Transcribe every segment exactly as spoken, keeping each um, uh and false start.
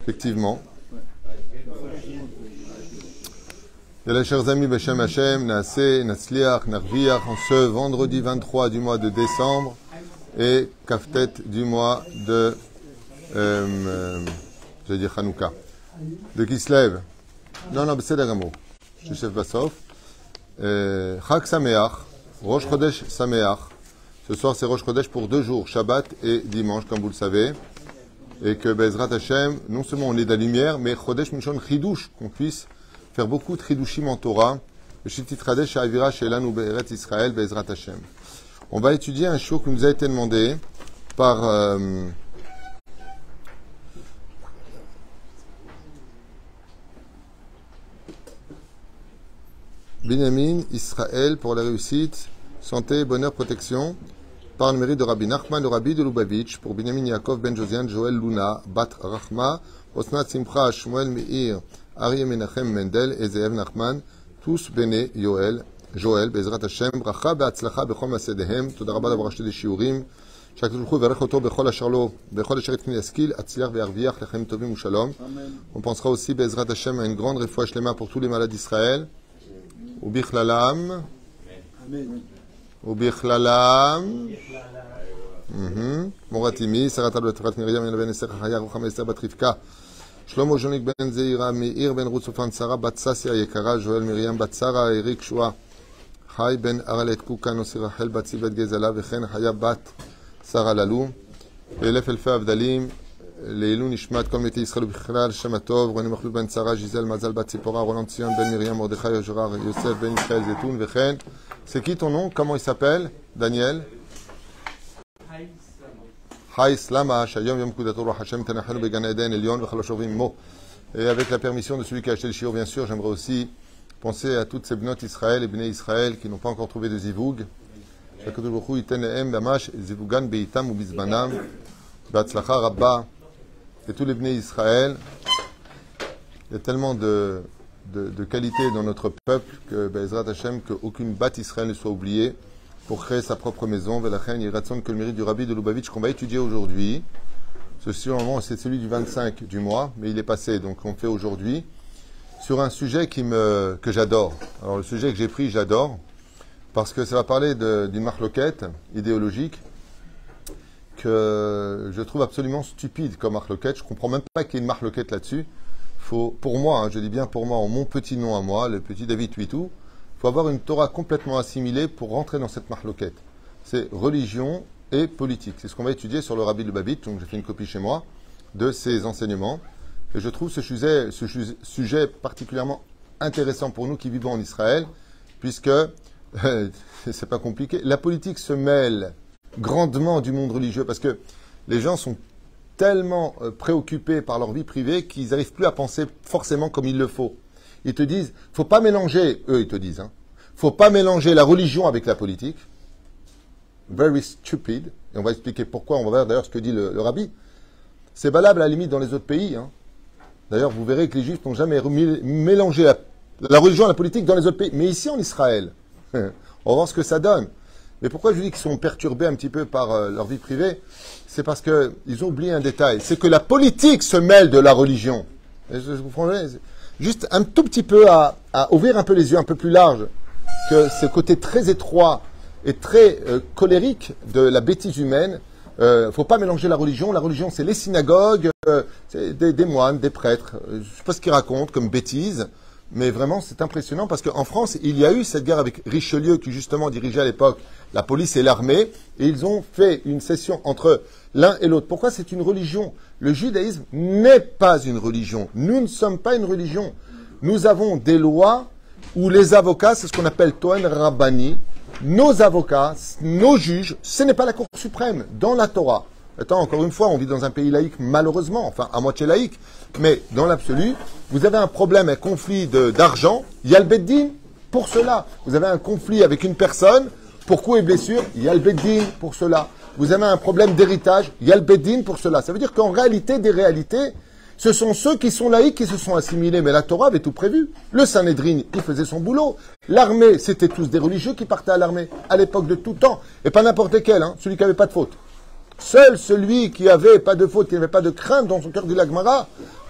Effectivement. Et les chers amis, Beshem Hashem, Naaseh, Natsliach, Narviach, en ce vendredi vingt-trois du mois de décembre et Kaftet du mois de, euh, euh, je vais dire Hanouka, de Kislev. Non, non, c'est Dagamo. Je suis chef Bassof. Chag Sameach, Rosh Chodesh Sameach. Ce soir, c'est Rosh Chodesh pour deux jours, Shabbat et dimanche, comme vous le savez. Et que Bezrat Hashem, non seulement on est de la lumière, mais Chodesh Mishon Chidush, qu'on puisse faire beaucoup de Chidushim en Torah. Shetitradesh Avira Shelan ou Be'eret Israël, Bezrat Hashem. On va étudier un show qui nous a été demandé par euh, Binyamin Israël pour la réussite, santé, bonheur, protection. Par le mérite de Rabbi Nachman, le Rabbi de Lubavitch, pour Binyamin Yaakov, Ben Josiane, Joël Luna, Bat Rachma, Osnat Simcha, Shmuel Meir, Arié Menachem Mendel et Zeev Nachman, tous Bene Yoel, Joël, Bezrat Hashem, Bracha Be'atzlacha Bechol Masedehem, Toda Rabba d'avoir acheté des shiurim, chaque jour Verech Oto Bechol Asharlo, Bechol Asharet Kniaskil, Atzliach Ve'arviach, Lechem Tovim ou Shalom. On pensera aussi Bezrat Hashem à une grande refoua shlema pour tous les malades d'Israël. Ou Bichlalam. Amen. ובכללם, מורתימי, שרת בתפרת מרים, ילבן אסתר חיה, רוחמה אסתר בת רבקה, שלמה ז'וניק בן זעירה, מאיר בן רות סופן, שרה בת ססיה היקרה, ז'ואל מרים בת שרה, אריק שועה, חי בן ארלת קוקה, נוסי רחל בת סיבת גזלה, וכן חיה בת שרה ללו, אלף אלפי הבדלים, לעילוי נשמת כל מתי ישראל ובכלל, שם הטוב, רוני מחלוף בן שרה, ז'יזל מזל בת ציפורה, רולנד ציון בן מרים, מרדכי יוז'רר, יוסף בן ישראל זיתון, וכן. C'est qui ton nom? Comment il s'appelle? Daniel? Hay Slama, Shayom Yom Kudator Hashem Tanachanu Began Eden Elion V'Chaloshovim Mo. Et avec la permission de celui qui a acheté le shiur, bien sûr, j'aimerais aussi penser à toutes ces bnotes Israël et bnei Israël qui n'ont pas encore trouvé de zivoug. Shakadosh Baruch Hu yiten lehem bamash zivugan beitam ou bizbanam b'atzlacha rabba. Et tous les bnei Israël, il y a tellement de De, de qualité dans notre peuple que Bezrat Hashem, qu'aucune bat Israël ne soit oubliée pour créer sa propre maison. Velachen, il ratson que le mérite du Rabbi de Lubavitch qu'on va étudier aujourd'hui. Ceci, au moment, c'est celui du vingt-cinq du mois, mais il est passé, donc on fait aujourd'hui, sur un sujet qui me, que j'adore. Alors le sujet que j'ai pris, j'adore, parce que ça va parler d'une marloquette idéologique que je trouve absolument stupide comme marloquette. Je ne comprends même pas qu'il y ait une marloquette là-dessus. Faut, pour moi, hein, je dis bien pour moi, en mon petit nom à moi, le petit David Huitou, il faut avoir une Torah complètement assimilée pour rentrer dans cette marloquette. C'est religion et politique. C'est ce qu'on va étudier sur le Rabbi de Lubavitch, donc j'ai fait une copie chez moi, de ses enseignements. Et je trouve ce sujet, ce sujet particulièrement intéressant pour nous qui vivons en Israël, puisque, euh, c'est pas compliqué, la politique se mêle grandement du monde religieux, parce que les gens sont tellement préoccupés par leur vie privée qu'ils n'arrivent plus à penser forcément comme il le faut. Ils te disent, faut pas mélanger, eux ils te disent, hein, faut pas mélanger la religion avec la politique. Very stupid. Et on va expliquer pourquoi, on va voir d'ailleurs ce que dit le, le rabbi. C'est valable à la limite dans les autres pays. Hein. D'ailleurs, vous verrez que les juifs n'ont jamais mélangé la, la religion et la politique dans les autres pays. Mais ici en Israël, on va voir ce que ça donne. Mais pourquoi je dis qu'ils sont perturbés un petit peu par euh, leur vie privée? C'est parce qu'ils ont oublié un détail. C'est que la politique se mêle de la religion. Et je, je vous prendrai juste un tout petit peu à, à ouvrir un peu les yeux, un peu plus large, que ce côté très étroit et très euh, colérique de la bêtise humaine. Il euh, ne faut pas mélanger la religion. La religion, c'est les synagogues, euh, c'est des, des moines, des prêtres. Je ne sais pas ce qu'ils racontent comme bêtises. Mais vraiment, c'est impressionnant parce qu'en France, il y a eu cette guerre avec Richelieu qui justement dirigeait à l'époque la police et l'armée. Et ils ont fait une session entre l'un et l'autre. Pourquoi? C'est une religion. Le judaïsme n'est pas une religion. Nous ne sommes pas une religion. Nous avons des lois où les avocats, c'est ce qu'on appelle Tohen Rabbani. Nos avocats, nos juges, ce n'est pas la Cour suprême dans la Torah. Attends, encore une fois, on vit dans un pays laïque, malheureusement, enfin, à moitié laïque. Mais dans l'absolu, vous avez un problème, un conflit d'argent, il y a le Beddin pour cela. Vous avez un conflit avec une personne, pour coups et blessures, il y a le Beddin pour cela. Vous avez un problème d'héritage, il y a le Beddin pour cela. Ça veut dire qu'en réalité des réalités, ce sont ceux qui sont laïcs qui se sont assimilés. Mais la Torah avait tout prévu. Le Sanhédrin, il faisait son boulot. L'armée, c'était tous des religieux qui partaient à l'armée, à l'époque de tout temps. Et pas n'importe lequel, hein, celui qui n'avait pas de faute. Seul celui qui n'avait pas de faute, qui n'avait pas de crainte dans son cœur, dit la Gemara,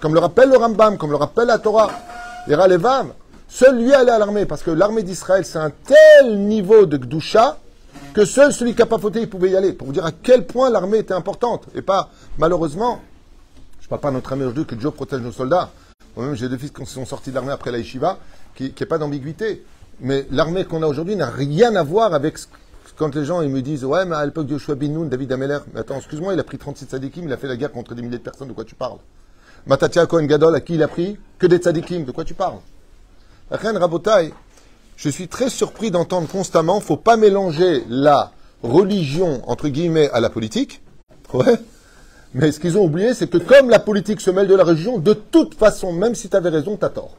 comme le rappelle le Rambam, comme le rappelle la Torah, et Ralevav, seul lui allait à l'armée, parce que l'armée d'Israël, c'est un tel niveau de Gdusha, que seul celui qui n'a pas fauté, il pouvait y aller, pour vous dire à quel point l'armée était importante, et pas, malheureusement, je ne parle pas de notre armée aujourd'hui, que Dieu protège nos soldats. Moi-même, j'ai deux fils qui sont sortis de l'armée après la yeshiva, qui n'est pas d'ambiguïté. Mais l'armée qu'on a aujourd'hui n'a rien à voir avec ce, quand les gens ils me disent « Ouais, mais à l'époque de Yoshua bin Nun, David Ameller, mais attends, excuse-moi, il a pris trente-six tzadikim, il a fait la guerre contre des milliers de personnes, de quoi tu parles ?» Matatia Cohen Gadol, à qui il a pris? Que des tzadikim, de quoi tu parles? La reine Rabotai, je suis très surpris d'entendre constamment « Faut pas mélanger la religion, entre guillemets, à la politique. » Ouais. Mais ce qu'ils ont oublié, c'est que comme la politique se mêle de la religion, de toute façon, même si tu avais raison, tu as tort.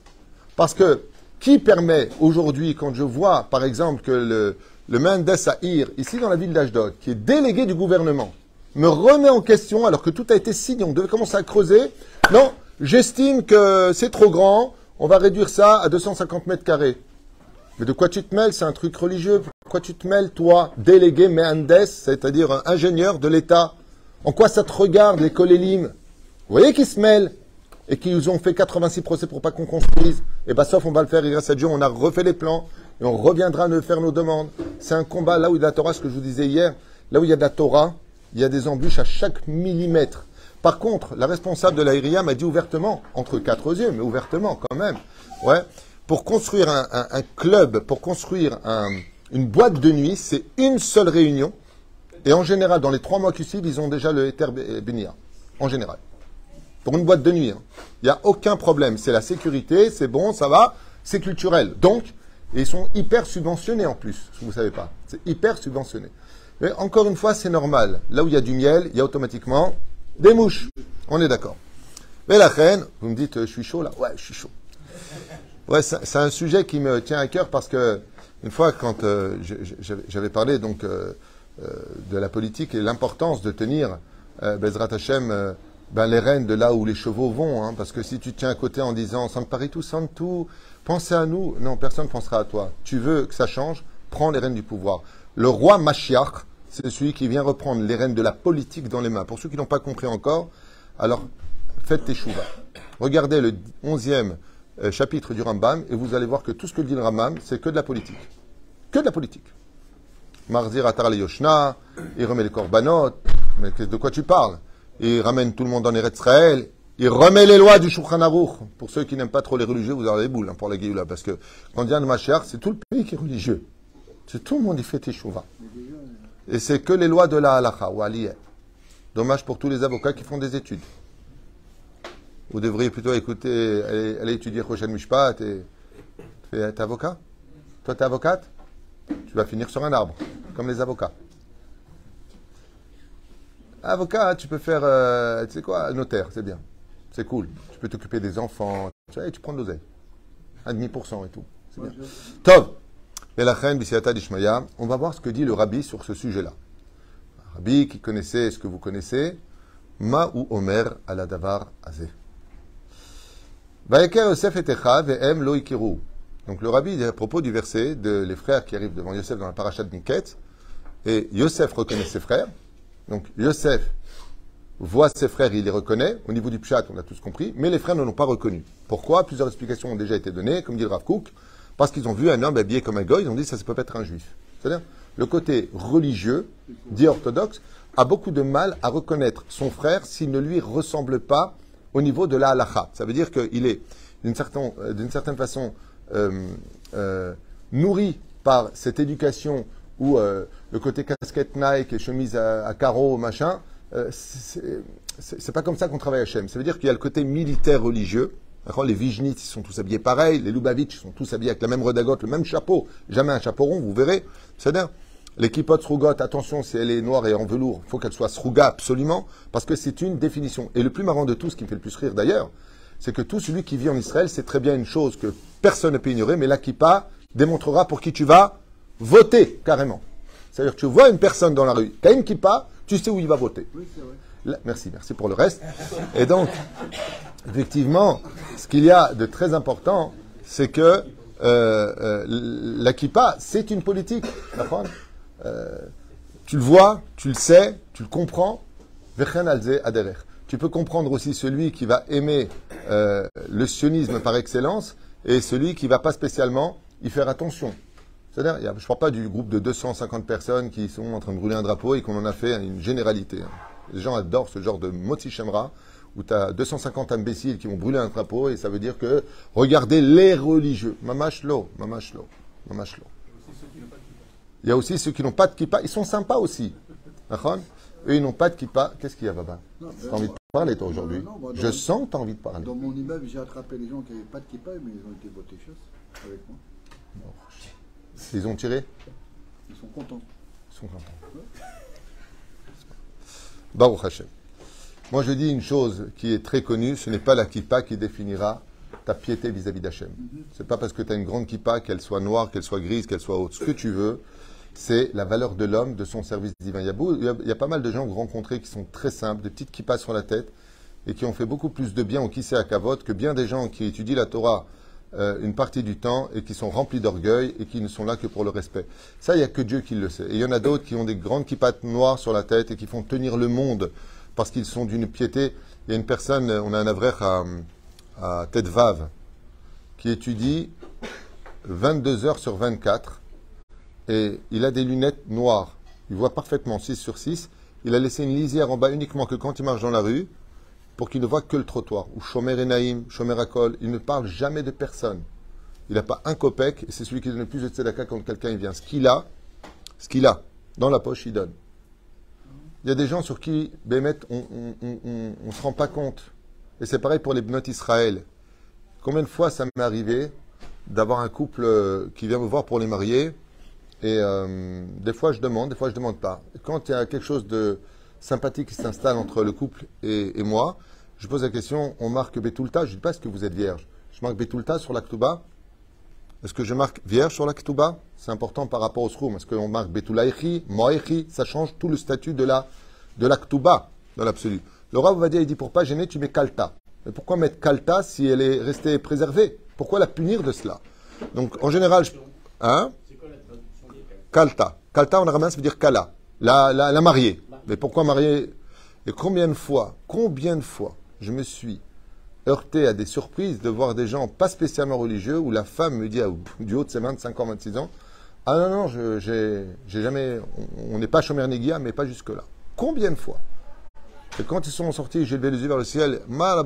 Parce que qui permet aujourd'hui, quand je vois, par exemple, que le, le Mendes Ahir, ici dans la ville d'Ashdod, qui est délégué du gouvernement, me remet en question alors que tout a été signé, on devait commencer à creuser. Non, j'estime que c'est trop grand, on va réduire ça à deux cent cinquante mètres carrés. Mais de quoi tu te mêles? C'est un truc religieux. Pourquoi tu te mêles, toi, délégué Mendes, c'est-à-dire ingénieur de l'État? En quoi ça te regarde, les Kolélim? Vous voyez qu'ils se mêlent et qu'ils nous ont fait quatre-vingt-six procès pour pas qu'on construise. Et bien, sauf on va le faire, et grâce à Dieu, on a refait les plans et on reviendra nous faire nos demandes. C'est un combat là où il y a de la Torah, ce que je vous disais hier, là où il y a de la Torah, il y a des embûches à chaque millimètre. Par contre, la responsable de l'Aïria m'a dit ouvertement, entre quatre yeux, mais ouvertement quand même, ouais, pour construire un, un, un club, pour construire un, une boîte de nuit, c'est une seule réunion. Et en général, dans les trois mois qui suivent, ils ont déjà le Heter Benia. En général. Pour une boîte de nuit. Il hein. n'y a aucun problème. C'est la sécurité, c'est bon, ça va, c'est culturel. Donc, et ils sont hyper subventionnés en plus, si vous ne savez pas. C'est hyper subventionné. Mais encore une fois, c'est normal. Là où il y a du miel, il y a automatiquement des mouches. On est d'accord. Mais la reine, vous me dites, je suis chaud là? Ouais, je suis chaud. Ouais, c'est un sujet qui me tient à cœur parce que, une fois, quand euh, j'avais parlé, donc, euh, Euh, de la politique et l'importance de tenir euh, Bezrat Hashem euh, ben, les rênes de là où les chevaux vont, hein, parce que si tu tiens à côté en disant Sanparitu Santu, pensez à nous, non, personne ne pensera à toi. Tu veux que ça change, prends les rênes du pouvoir. Le roi Mashiach, c'est celui qui vient reprendre les rênes de la politique dans les mains. Pour ceux qui n'ont pas compris encore, alors faites tes chouvas. Regardez le onzième euh, chapitre du Rambam et vous allez voir que tout ce que dit le Rambam, c'est que de la politique. Que de la politique. Marzir Atar le Yoshna, il remet les korbanot, mais de quoi tu parles? Il ramène tout le monde en Eretz Israël, il remet les lois du Shulchan Aruch. Pour ceux qui n'aiment pas trop les religieux, vous aurez des boules hein, pour la Géoula, parce que quand il y a le Mashiach, c'est tout le pays qui est religieux. C'est tout le monde qui fait Teshuvah. Et c'est que les lois de la Halacha, ou Aliyah. Dommage pour tous les avocats qui font des études. Vous devriez plutôt écouter, aller, aller étudier Rochel Mishpat et tu es avocat? Toi, tu es avocate? Tu vas finir sur un arbre, comme les avocats. Avocat, tu peux faire, euh, tu sais quoi, notaire, c'est bien. C'est cool. Tu peux t'occuper des enfants. Tu sais, tu prends de l'oseille. un virgule cinq pour cent et tout. C'est bien. Tov. Et la reine Bisiata d'Ishmaïa, on va voir ce que dit le rabbi sur ce sujet-là. Un rabbi qui connaissait ce que vous connaissez. Ma ou Omer ala davar azeh. Vayeker Yosef et Echa ve'em lo ikiru. Donc le rabbi dit à propos du verset de les frères qui arrivent devant Yosef dans la paracha de Miket, et Yosef reconnaît ses frères. Donc Yosef voit ses frères, il les reconnaît. Au niveau du pshat, on a tous compris, mais les frères ne l'ont pas reconnu. Pourquoi? Plusieurs explications ont déjà été données, comme dit le Rav Kook, parce qu'ils ont vu un homme habillé comme un goy, ils ont dit ça, ça peut pas être un juif. C'est-à-dire, le côté religieux, dit orthodoxe, a beaucoup de mal à reconnaître son frère s'il ne lui ressemble pas au niveau de la halacha. Ça veut dire qu'il est, d'une certaine, d'une certaine façon, Euh, euh, nourri par cette éducation où euh, le côté casquette Nike et chemise à, à carreaux, machin, euh, c'est pas comme ça qu'on travaille à Hachem. Ça veut dire qu'il y a le côté militaire religieux. Les Vijnites, ils sont tous habillés pareil. Les Lubavitch, ils sont tous habillés avec la même redingote, le même chapeau. Jamais un chapeau rond, vous verrez. C'est-à-dire, l'équipote Srugot, attention, si elle est noire et en velours, il faut qu'elle soit Sruga absolument, parce que c'est une définition. Et le plus marrant de tout, ce qui me fait le plus rire d'ailleurs, c'est que tout celui qui vit en Israël sait très bien une chose que personne ne peut ignorer, mais la kippa démontrera pour qui tu vas voter, carrément. C'est-à-dire que tu vois une personne dans la rue qui a une kippa, tu sais où il va voter. Oui, c'est vrai. Là, merci, merci pour le reste. Et donc, effectivement, ce qu'il y a de très important, c'est que euh, euh, la kippa, c'est une politique. Euh, tu le vois, tu le sais, tu le comprends. Vechen alze aderer. tu peux comprendre aussi celui qui va aimer euh, le sionisme par excellence et celui qui ne va pas spécialement y faire attention. C'est-à-dire, il y a, je ne parle pas du groupe de deux cent cinquante personnes qui sont en train de brûler un drapeau et qu'on en a fait une généralité. Hein. Les gens adorent ce genre de motzi shemra où tu as deux cent cinquante imbéciles qui vont brûler un drapeau et ça veut dire que regardez les religieux. Mamash lo, mamash lo, mamash lo. Il y a aussi ceux qui n'ont pas de kippa. Ils sont sympas aussi. Eux, ils n'ont pas de kippa. Qu'est-ce qu'il y a, Baba? Tu as envie de parler, toi, aujourd'hui? Je sens que tu as envie de parler. Dans mon immeuble, j'ai attrapé les gens qui n'avaient pas de kippa, mais ils ont été votés chasse avec moi. Bon. Ils ont tiré? Ils sont contents. Ils sont contents. Baruch Hashem. Moi, je dis une chose qui est très connue, ce n'est pas la kippa qui définira ta piété vis-à-vis d'Hachem. Mm-hmm. Ce n'est pas parce que tu as une grande kippa, qu'elle soit noire, qu'elle soit grise, qu'elle soit haute. Ce que tu veux, c'est la valeur de l'homme, de son service divin. Il y, a beau, il, y a, il y a pas mal de gens rencontrés qui sont très simples, des petites kippas sur la tête, et qui ont fait beaucoup plus de bien au Kissé à Kavod que bien des gens qui étudient la Torah euh, une partie du temps et qui sont remplis d'orgueil et qui ne sont là que pour le respect. Ça, il n'y a que Dieu qui le sait. Et il y en a d'autres qui ont des grandes kippas noires sur la tête et qui font tenir le monde parce qu'ils sont d'une piété. Il y a une personne, on a un avrech à, à Tête Vave, qui étudie vingt-deux heures sur vingt-quatre et il a des lunettes noires. Il voit parfaitement six sur six. Il a laissé une lisière en bas uniquement que quand il marche dans la rue pour qu'il ne voit que le trottoir. Ou Shomer Enaïm, Shomer Akol. Il ne parle jamais de personne. Il n'a pas un copec et c'est celui qui donne le plus de tzedaka quand quelqu'un vient. Ce qu'il a, ce qu'il a dans la poche, il donne. Il y a des gens sur qui, Bémet, on ne se rend pas compte. Et c'est pareil pour les Bnot Israël. Combien de fois ça m'est arrivé d'avoir un couple qui vient me voir pour les marier et euh, des fois je demande, des fois je ne demande pas. Et quand il y a quelque chose de sympathique qui s'installe entre le couple et, et moi, je pose la question, on marque Betulta, je ne dis pas est-ce que vous êtes vierge. Je marque Betulta sur la Ktuba. Est-ce que je marque vierge sur la Ktuba? C'est important par rapport au Sroum. Est-ce qu'on marque Betulaïchi, Moaïchi? Ça change tout le statut de la, de la Ktuba, dans l'absolu. Le Rav va dire, il dit, pour pas gêner, tu mets Kalta. Mais pourquoi mettre Kalta si elle est restée préservée? Pourquoi la punir de cela? Donc, en général, je... Hein? C'est quoi la traduction de Kalta? Kalta, en arabe, ça veut dire Kala, la, la, la mariée. Mais pourquoi mariée? Et combien de fois, combien de fois, je me suis heurté à des surprises de voir des gens pas spécialement religieux où la femme me dit ah, du haut de ses vingt-cinq ans, vingt-six ans, ah non, non, je, j'ai, j'ai jamais, on n'est pas Shomer Negia, mais pas jusque-là. Combien de fois? Et quand ils sont sortis, j'ai levé les yeux vers le ciel,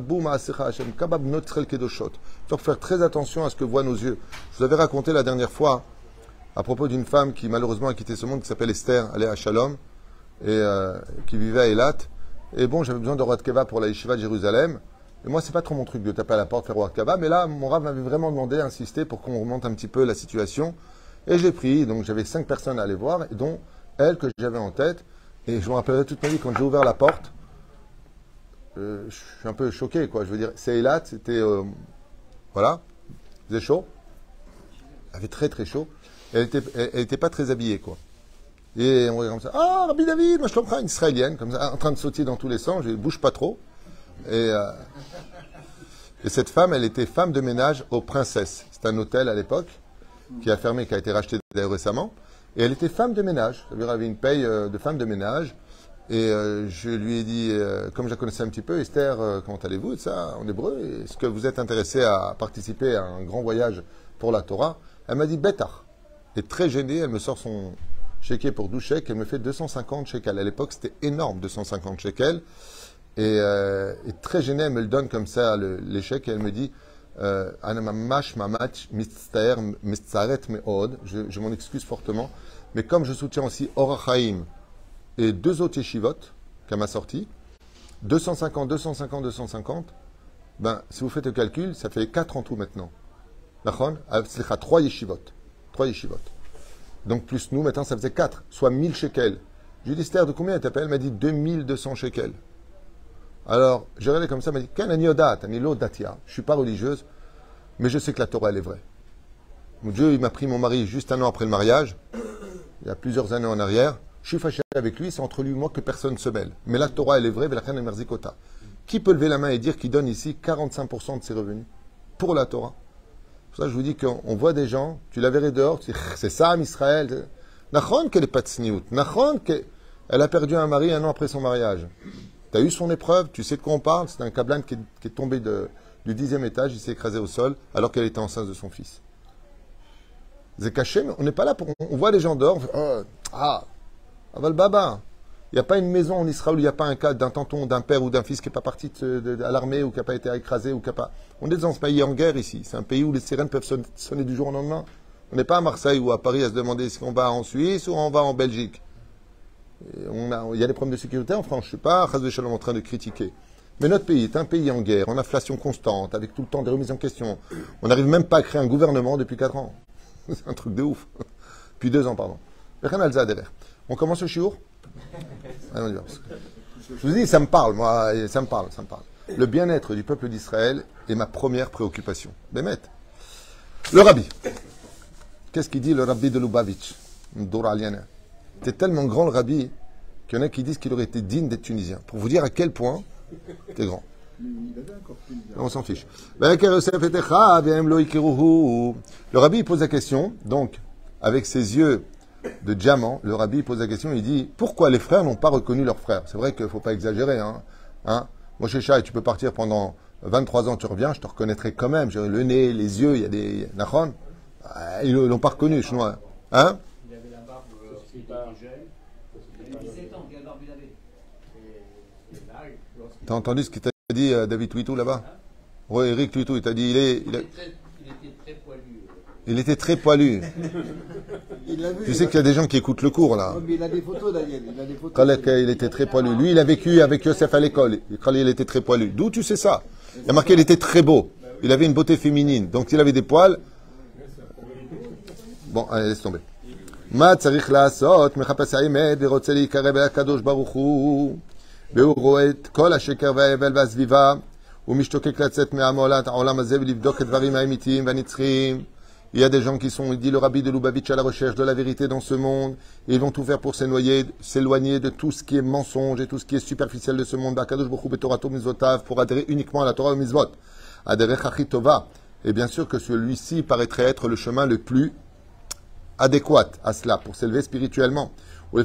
il faut faire très attention à ce que voient nos yeux. Je vous avais raconté la dernière fois à propos d'une femme qui malheureusement a quitté ce monde, qui s'appelle Esther, elle est à Shalom, et euh, qui vivait à Eilat. Et bon, j'avais besoin de Roat Keva pour la Yeshiva de Jérusalem. Et moi, c'est pas trop mon truc de taper à la porte, faire Roat Keva. Mais là, mon Rav m'avait vraiment demandé, insisté pour qu'on remonte un petit peu la situation. Et j'ai pris, donc j'avais cinq personnes à aller voir, dont elle que j'avais en tête. Et je me rappellerai toute ma vie, quand j'ai ouvert la porte, euh, je suis un peu choqué, quoi. Je veux dire, c'est Eilat, c'était... Euh, voilà, il faisait chaud. Elle avait très très chaud. Elle était, elle, elle était pas très habillée, quoi. Et on regarde comme ça, ah, Rabbi David, moi je comprends, une israélienne, comme ça, en train de sauter dans tous les sens, je ne bouge pas trop. Et, euh, et cette femme, elle était femme de ménage aux Princesses. C'est un hôtel à l'époque, qui a fermé, qui a été racheté d'ailleurs récemment. Et elle était femme de ménage, c'est-à-dire elle avait une paye euh, de femme de ménage. Et euh, je lui ai dit, euh, comme je la connaissais un petit peu, Esther, euh, comment allez-vous, et ça, en hébreu, est-ce que vous êtes intéressé à participer à un grand voyage pour la Torah? Elle m'a dit, Bétar. Et très gênée, elle me sort son chéquier pour douze shekels, elle me fait deux cent cinquante shekels. À l'époque, c'était énorme, deux cent cinquante shekels. Et, euh, et très gênée, elle me le donne comme ça, le, les chèques, et elle me dit, euh, je, je m'en excuse fortement, mais comme je soutiens aussi Or HaChaim et deux autres yeshivot qu'elle m'a sorti, deux cent cinquante, deux cent cinquante, deux cent cinquante, ben, si vous faites le calcul, ça fait quatre en tout maintenant. D'accord? C'est trois yeshivot. Trois yeshivot. Donc plus nous, maintenant ça faisait quatre, soit mille shekels. Je lui ai dit, Esther, de combien elle t'appelle? Elle m'a dit deux mille deux cents shekels. Alors, j'ai regardé comme ça, elle m'a dit, Ken aniodat, anilo datia. Je ne suis pas religieuse, mais je sais que la Torah, elle est vraie. Mon Dieu, il m'a pris mon mari juste un an après le mariage, il y a plusieurs années en arrière. Je suis fâché avec lui, c'est entre lui et moi que personne ne se mêle. Mais la Torah, elle est vraie, velachan emerzikota. Qui peut lever la main et dire qu'il donne ici quarante-cinq pour cent de ses revenus pour la Torah? Pour ça, je vous dis qu'on voit des gens, tu la verrais dehors, tu dis, c'est ça, Israël. Nachon qu'elle n'est pas de sniout. Nachon qu'elle a perdu un mari un an après son mariage. Tu as eu son épreuve, tu sais de quoi on parle. C'est un Kablan qui est, qui est tombé de, du dixième étage, il s'est écrasé au sol alors qu'elle était enceinte de son fils. C'est caché, mais on n'est pas là pour. On voit les gens dehors, on fait, oh, ah, aval baba. Il n'y a pas une maison en Israël où il n'y a pas un cas d'un tonton, d'un père ou d'un fils qui n'est pas parti de, de, de, à l'armée ou qui n'a pas été écrasé ou qui n'a pas. On est dans ce pays en guerre ici. C'est un pays où les sirènes peuvent sonner, sonner du jour au lendemain. On n'est pas à Marseille ou à Paris à se demander si on va en Suisse ou on va en Belgique. Et on a, il y a des problèmes de sécurité en France. Je ne suis pas en train de critiquer. Mais notre pays est un pays en guerre, en inflation constante, avec tout le temps des remises en question. On n'arrive même pas à créer un gouvernement depuis quatre ans. C'est un truc de ouf. Depuis deux ans, pardon. On commence le chiour. Je vous dis, ça me parle, moi, ça me parle, ça me parle. Le bien-être du peuple d'Israël est ma première préoccupation. Bémet. Le rabbi. Qu'est-ce qu'il dit, le rabbi de Lubavitch? C'était tellement grand, le rabbi, qu'il y en a qui disent qu'il aurait été digne d'être tunisien. Pour vous dire à quel point t'es grand. On s'en fiche. Le rabbi pose la question, donc, avec ses yeux de diamant, le rabbi pose la question, il dit, pourquoi les frères n'ont pas reconnu leurs frères? C'est vrai qu'il ne faut pas exagérer, hein. hein Moshe Shai, tu peux partir pendant vingt-trois ans, tu reviens, je te reconnaîtrai quand même. J'ai le nez, les yeux, il y a des... Nachon, ils ne l'ont pas reconnu, chinois. Hein? Il avait la barbe, il était jeune. Il avait dix-sept ans, quelle barbe il avait? T'as entendu ce qu'il t'a dit, euh, David Tuitou, là-bas? Hein? Oui, Eric Tuitou, il t'a dit, il est... Il, a... il était très poilu. Il était très poilu. Il vu, tu sais qu'il y a des gens qui écoutent le cours, là. Oh, mais il a des photos, Daniel. Il a des photos. Khalek, il était très poilu. Lui, il a vécu avec Yosef à l'école. Il était très poilu. D'où tu sais ça? Il a marqué qu'il était très beau. Il avait une beauté féminine. Donc, s'il avait des poils... Bon, allez, laisse tomber. Ma tzarich la'asot, mechapes ha'emet, ve'rotze li'ikarev ha'kadosh baruch hu, ve'hu ro'e et kol ha'sheker va'hevel va'azviva, u'mishtokek la'tzet me'amolat ha'olam hazeh ve'livdok et dvarim ha'emitim va'nitzchim. Il y a des gens qui sont, il dit le rabbi de Lubavitch, à la recherche de la vérité dans ce monde, et ils vont tout faire pour s'éloigner de tout ce qui est mensonge et tout ce qui est superficiel de ce monde. Pour adhérer uniquement à la Torah et au Mitzvot. Adhérer Chachitova. Et bien sûr que celui-ci paraîtrait être le chemin le plus adéquat à cela, pour s'élever spirituellement. Et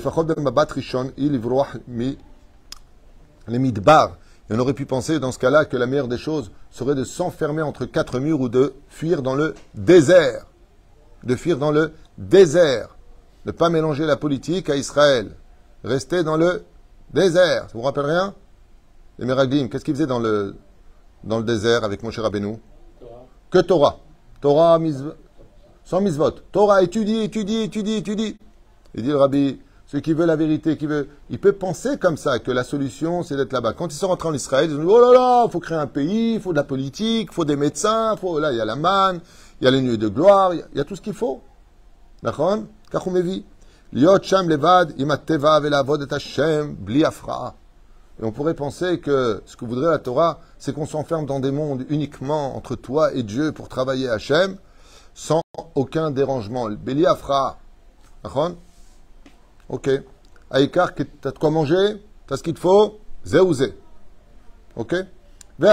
on aurait pu penser dans ce cas-là que la meilleure des choses serait de s'enfermer entre quatre murs ou de fuir dans le désert. De fuir dans le désert. Ne pas mélanger la politique à Israël. Rester dans le désert. Ça vous rappelle rien? Les Meraglim, qu'est-ce qu'ils faisaient dans le, dans le désert avec Moshe Rabbeinu? Torah. Que Torah. Torah misv... sans misvot. Torah, étudie, étudie, étudie, étudie. Il dit le Rabbi, celui qui veut la vérité, qui veut, il peut penser comme ça, que la solution, c'est d'être là-bas. Quand ils sont rentrés en Israël, ils ont dit, oh là là, il faut créer un pays, il faut de la politique, il faut des médecins, faut, là, il y a la manne, il y a les nuées de gloire, il y a, il y a tout ce qu'il faut. D'accord? Kachumevi. Liot sham levad, imat teva velavod et Hashem, bli afra. Et on pourrait penser que ce que voudrait la Torah, c'est qu'on s'enferme dans des mondes uniquement entre toi et Dieu pour travailler à Hashem, sans aucun dérangement. Bli afra. D'accord? Ok. Aïkar, t'as de quoi manger, t'as ce qu'il te faut, zé ou zé. Ok. Et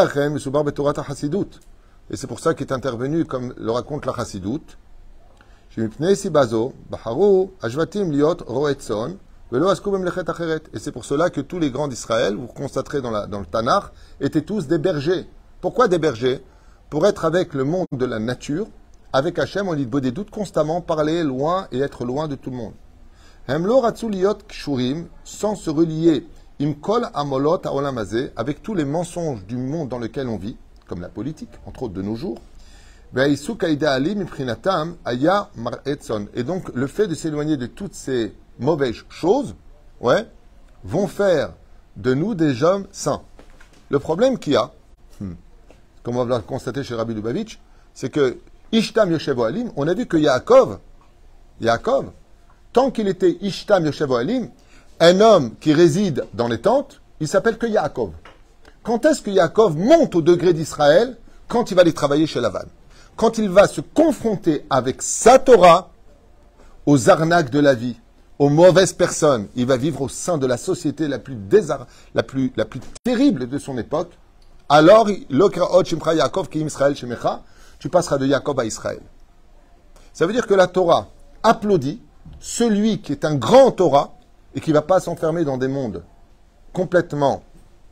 c'est pour ça qu'il est intervenu, comme le raconte la Chassidut. Et c'est pour cela que tous les grands d'Israël, vous constaterez dans, la, dans le Tanakh, étaient tous des bergers. Pourquoi des bergers? Pour être avec le monde de la nature, avec Hachem, on lit des doutes constamment, parler loin et être loin de tout le monde. Sans se relier avec tous les mensonges du monde dans lequel on vit, comme la politique, entre autres de nos jours. Et donc, le fait de s'éloigner de toutes ces mauvaises choses, ouais, vont faire de nous des hommes saints. Le problème qu'il y a, hmm, comme on va le constater chez Rabbi Lubavitch, c'est que Ishtam Yoshevo Alim, on a vu que Yaakov, Yaakov, tant qu'il était Ishtam Yoshevo Alim, un homme qui réside dans les tentes, il s'appelle que Yaakov. Quand est-ce que Yaakov monte au degré d'Israël? Quand il va aller travailler chez Lavan. Quand il va se confronter avec sa Torah aux arnaques de la vie, aux mauvaises personnes, il va vivre au sein de la société la plus, désar... la plus, la plus terrible de son époque. Alors, tu passeras de Yaakov à Israël. Ça veut dire que la Torah applaudit celui qui est un grand Torah et qui ne va pas s'enfermer dans des mondes complètement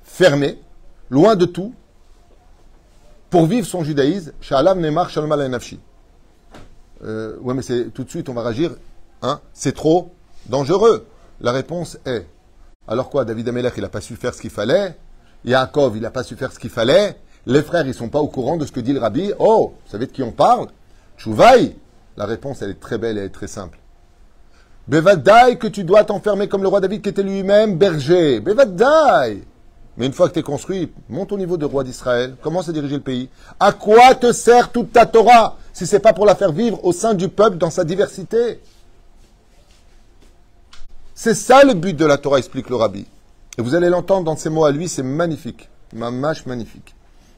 fermé, loin de tout, pour vivre son judaïsme. Sha'alav Neymar Shalom Alay Nafshi. Euh, ouais, mais c'est tout de suite, on va réagir. Hein, c'est trop dangereux. La réponse est, alors quoi, David Amelech, il n'a pas su faire ce qu'il fallait. Yaakov, il n'a pas su faire ce qu'il fallait. Les frères, ils ne sont pas au courant de ce que dit le rabbi. Oh, vous savez de qui on parle? Tchouvaï. La réponse, elle est très belle, elle est très simple. Bevadaï, que tu dois t'enfermer comme le roi David qui était lui-même berger. Bevadaï. Mais une fois que tu es construit, monte au niveau de roi d'Israël, commence à diriger le pays. À quoi te sert toute ta Torah si ce n'est pas pour la faire vivre au sein du peuple dans sa diversité? C'est ça le but de la Torah, explique le rabbi. Et vous allez l'entendre dans ses mots à lui, c'est magnifique. Mamash magnifique.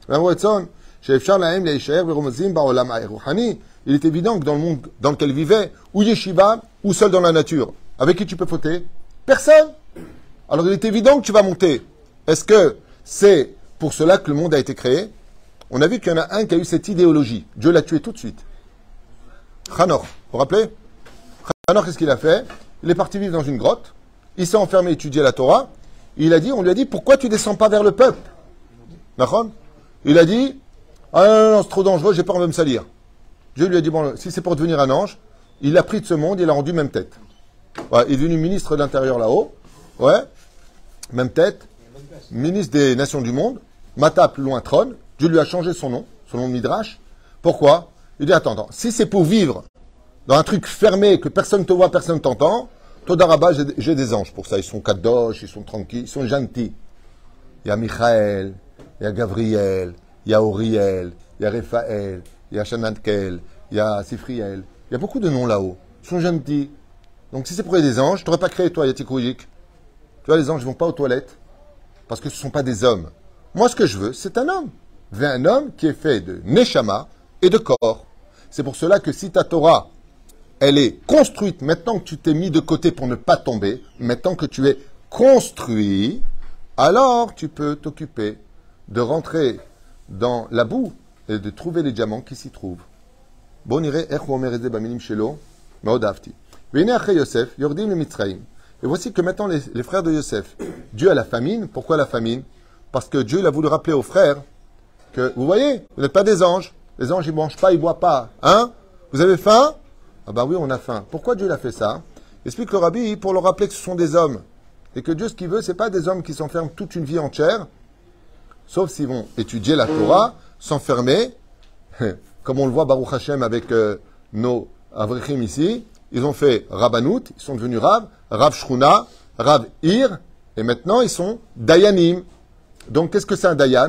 Il est évident que dans le monde dans lequel il vivait, ou yeshiva, ou seul dans la nature, avec qui tu peux fauter? Personne. Alors il est évident que tu vas monter. Est-ce que c'est pour cela que le monde a été créé? On a vu qu'il y en a un qui a eu cette idéologie. Dieu l'a tué tout de suite. Hanor, vous vous rappelez? Hanor, qu'est-ce qu'il a fait? Il est parti vivre dans une grotte. Il s'est enfermé, étudier la Torah. Il a dit, on lui a dit, pourquoi tu descends pas vers le peuple? D'accord? Il a dit, ah non, non, non, c'est trop dangereux, j'ai peur de me salir. Dieu lui a dit, bon, si c'est pour devenir un ange, il l'a pris de ce monde, il a rendu même tête. Ouais, il est devenu ministre de l'Intérieur là-haut. Ouais, même tête. Ministre des Nations du Monde. Mata plus loin trône. Dieu lui a changé son nom, son nom de Midrash. Pourquoi? Il dit, attends, attends, si c'est pour vivre dans un truc fermé, que personne ne te voit, personne ne t'entend, Todarabah, j'ai, j'ai des anges pour ça. Ils sont kadosh, ils sont tranquilles, ils sont gentils. Il y a Michael, il y a Gabriel, il y a Auriel, il y a Raphaël, il y a Shanatkel, il y a Sifriel. Il y a beaucoup de noms là-haut. Ils sont gentils. Donc si c'est pour des anges, tu n'aurais pas créé toi, Yatikoujik. Tu vois, les anges ne vont pas aux toilettes parce que ce ne sont pas des hommes. Moi, ce que je veux, c'est un homme. Veux un homme qui est fait de Neshama et de corps. C'est pour cela que si ta Torah, elle est construite, maintenant que tu t'es mis de côté pour ne pas tomber, maintenant que tu es construit, alors tu peux t'occuper de rentrer dans la boue et de trouver les diamants qui s'y trouvent. Bon, irait, Yosef, Yordim le Mitzraïm. Et voici que maintenant les, les frères de Yosef, Dieu a la famine. Pourquoi la famine? Parce que Dieu il a voulu rappeler aux frères que, vous voyez, vous n'êtes pas des anges. Les anges, ils ne mangent pas, ils ne boivent pas. Hein? Vous avez faim? Ah ben oui, on a faim. Pourquoi Dieu l'a fait ça? Explique le rabbi pour leur rappeler que ce sont des hommes. Et que Dieu, ce qu'il veut, ce n'est pas des hommes qui s'enferment toute une vie entière, sauf s'ils vont étudier la Torah, s'enfermer, comme on le voit Baruch Hashem avec euh, nos Avrichim ici. Ils ont fait Rabbanout, ils sont devenus Rav, Rav Shruna, Rav Ir, et maintenant ils sont Dayanim. Donc qu'est-ce que c'est un Dayan?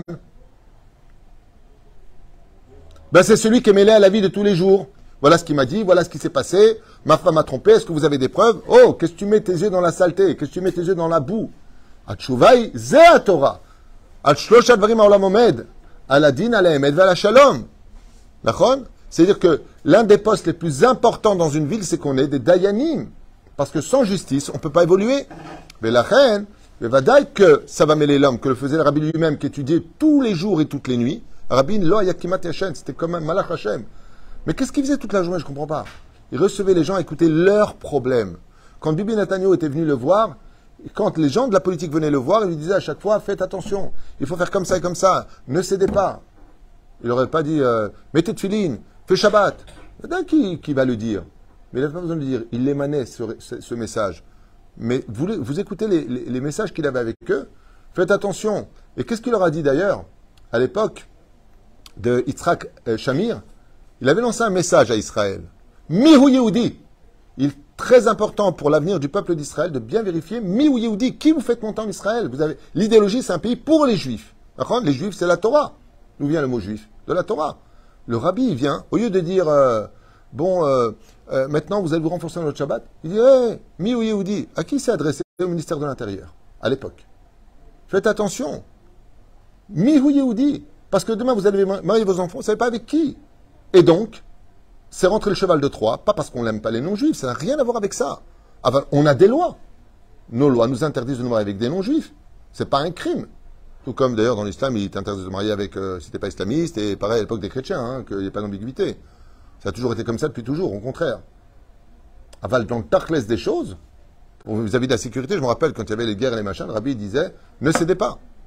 Ben, c'est celui qui est mêlé à la vie de tous les jours. Voilà ce qu'il m'a dit, voilà ce qui s'est passé. Ma femme m'a trompé, est-ce que vous avez des preuves? Oh, qu'est-ce que tu mets tes yeux dans la saleté? Qu'est-ce que tu mets tes yeux dans la boue? Atchouvaï, zé à Torah. Atchlosh advarim haolam omed. Aladin ala emed vala shalom. D'accord? C'est-à-dire que l'un des postes les plus importants dans une ville, c'est qu'on est des dayanim. Parce que sans justice, on ne peut pas évoluer. Mais la reine, le vadaï que ça va mêler l'homme, que le faisait le rabbi lui-même, qui étudiait tous les jours et toutes les nuits. Rabbi lo yakimat yashen, c'était comme un malach Hashem. Mais qu'est-ce qu'il faisait toute la journée? Je ne comprends pas. Il recevait les gens à écouter leurs problèmes. Quand Bibi Netanyahu était venu le voir, quand les gens de la politique venaient le voir, il lui disait à chaque fois, faites attention, il faut faire comme ça et comme ça, ne cédez pas. Il n'aurait pas dit, euh, mettez de filine, fais Shabbat. C'est qui, qui va le dire? Mais il n'avait pas besoin de le dire. Il l'émanait, ce, ce, ce message. Mais vous, vous écoutez les, les, les messages qu'il avait avec eux, faites attention. Et qu'est-ce qu'il leur a dit d'ailleurs? À l'époque de Yitzhak euh, Shamir, il avait lancé un message à Israël. Mihu Yehudi. Il est très important pour l'avenir du peuple d'Israël de bien vérifier Mihu Yehudi. Qui vous faites monter en Israël? Vous avez l'idéologie, c'est un pays pour les Juifs. Les Juifs, c'est la Torah. D'où vient le mot juif? De la Torah. Le rabbi, il vient, au lieu de dire euh, bon, euh, euh, maintenant vous allez vous renforcer dans notre Shabbat, il dit hey, Mihu Yehudi. À qui s'est adressé? Au ministère de l'Intérieur, à l'époque. Faites attention. Mihu Yehudi. Parce que demain vous allez marier vos enfants, vous ne savez pas avec qui. Et donc, c'est rentrer le cheval de Troie, pas parce qu'on n'aime pas les non-juifs, ça n'a rien à voir avec ça. Enfin, on a des lois. Nos lois nous interdisent de nous marier avec des non-juifs. C'est pas un crime. Tout comme d'ailleurs dans l'islam, il est interdit de se marier avec, euh, si t'es pas islamiste, et pareil à l'époque des chrétiens, hein, qu'il n'y ait pas d'ambiguïté. Ça a toujours été comme ça depuis toujours, au contraire. Aval, dans le tarclès des choses, vis-à-vis de la sécurité, je me rappelle quand il y avait les guerres et les machins, le rabbi disait, ne cédez pas.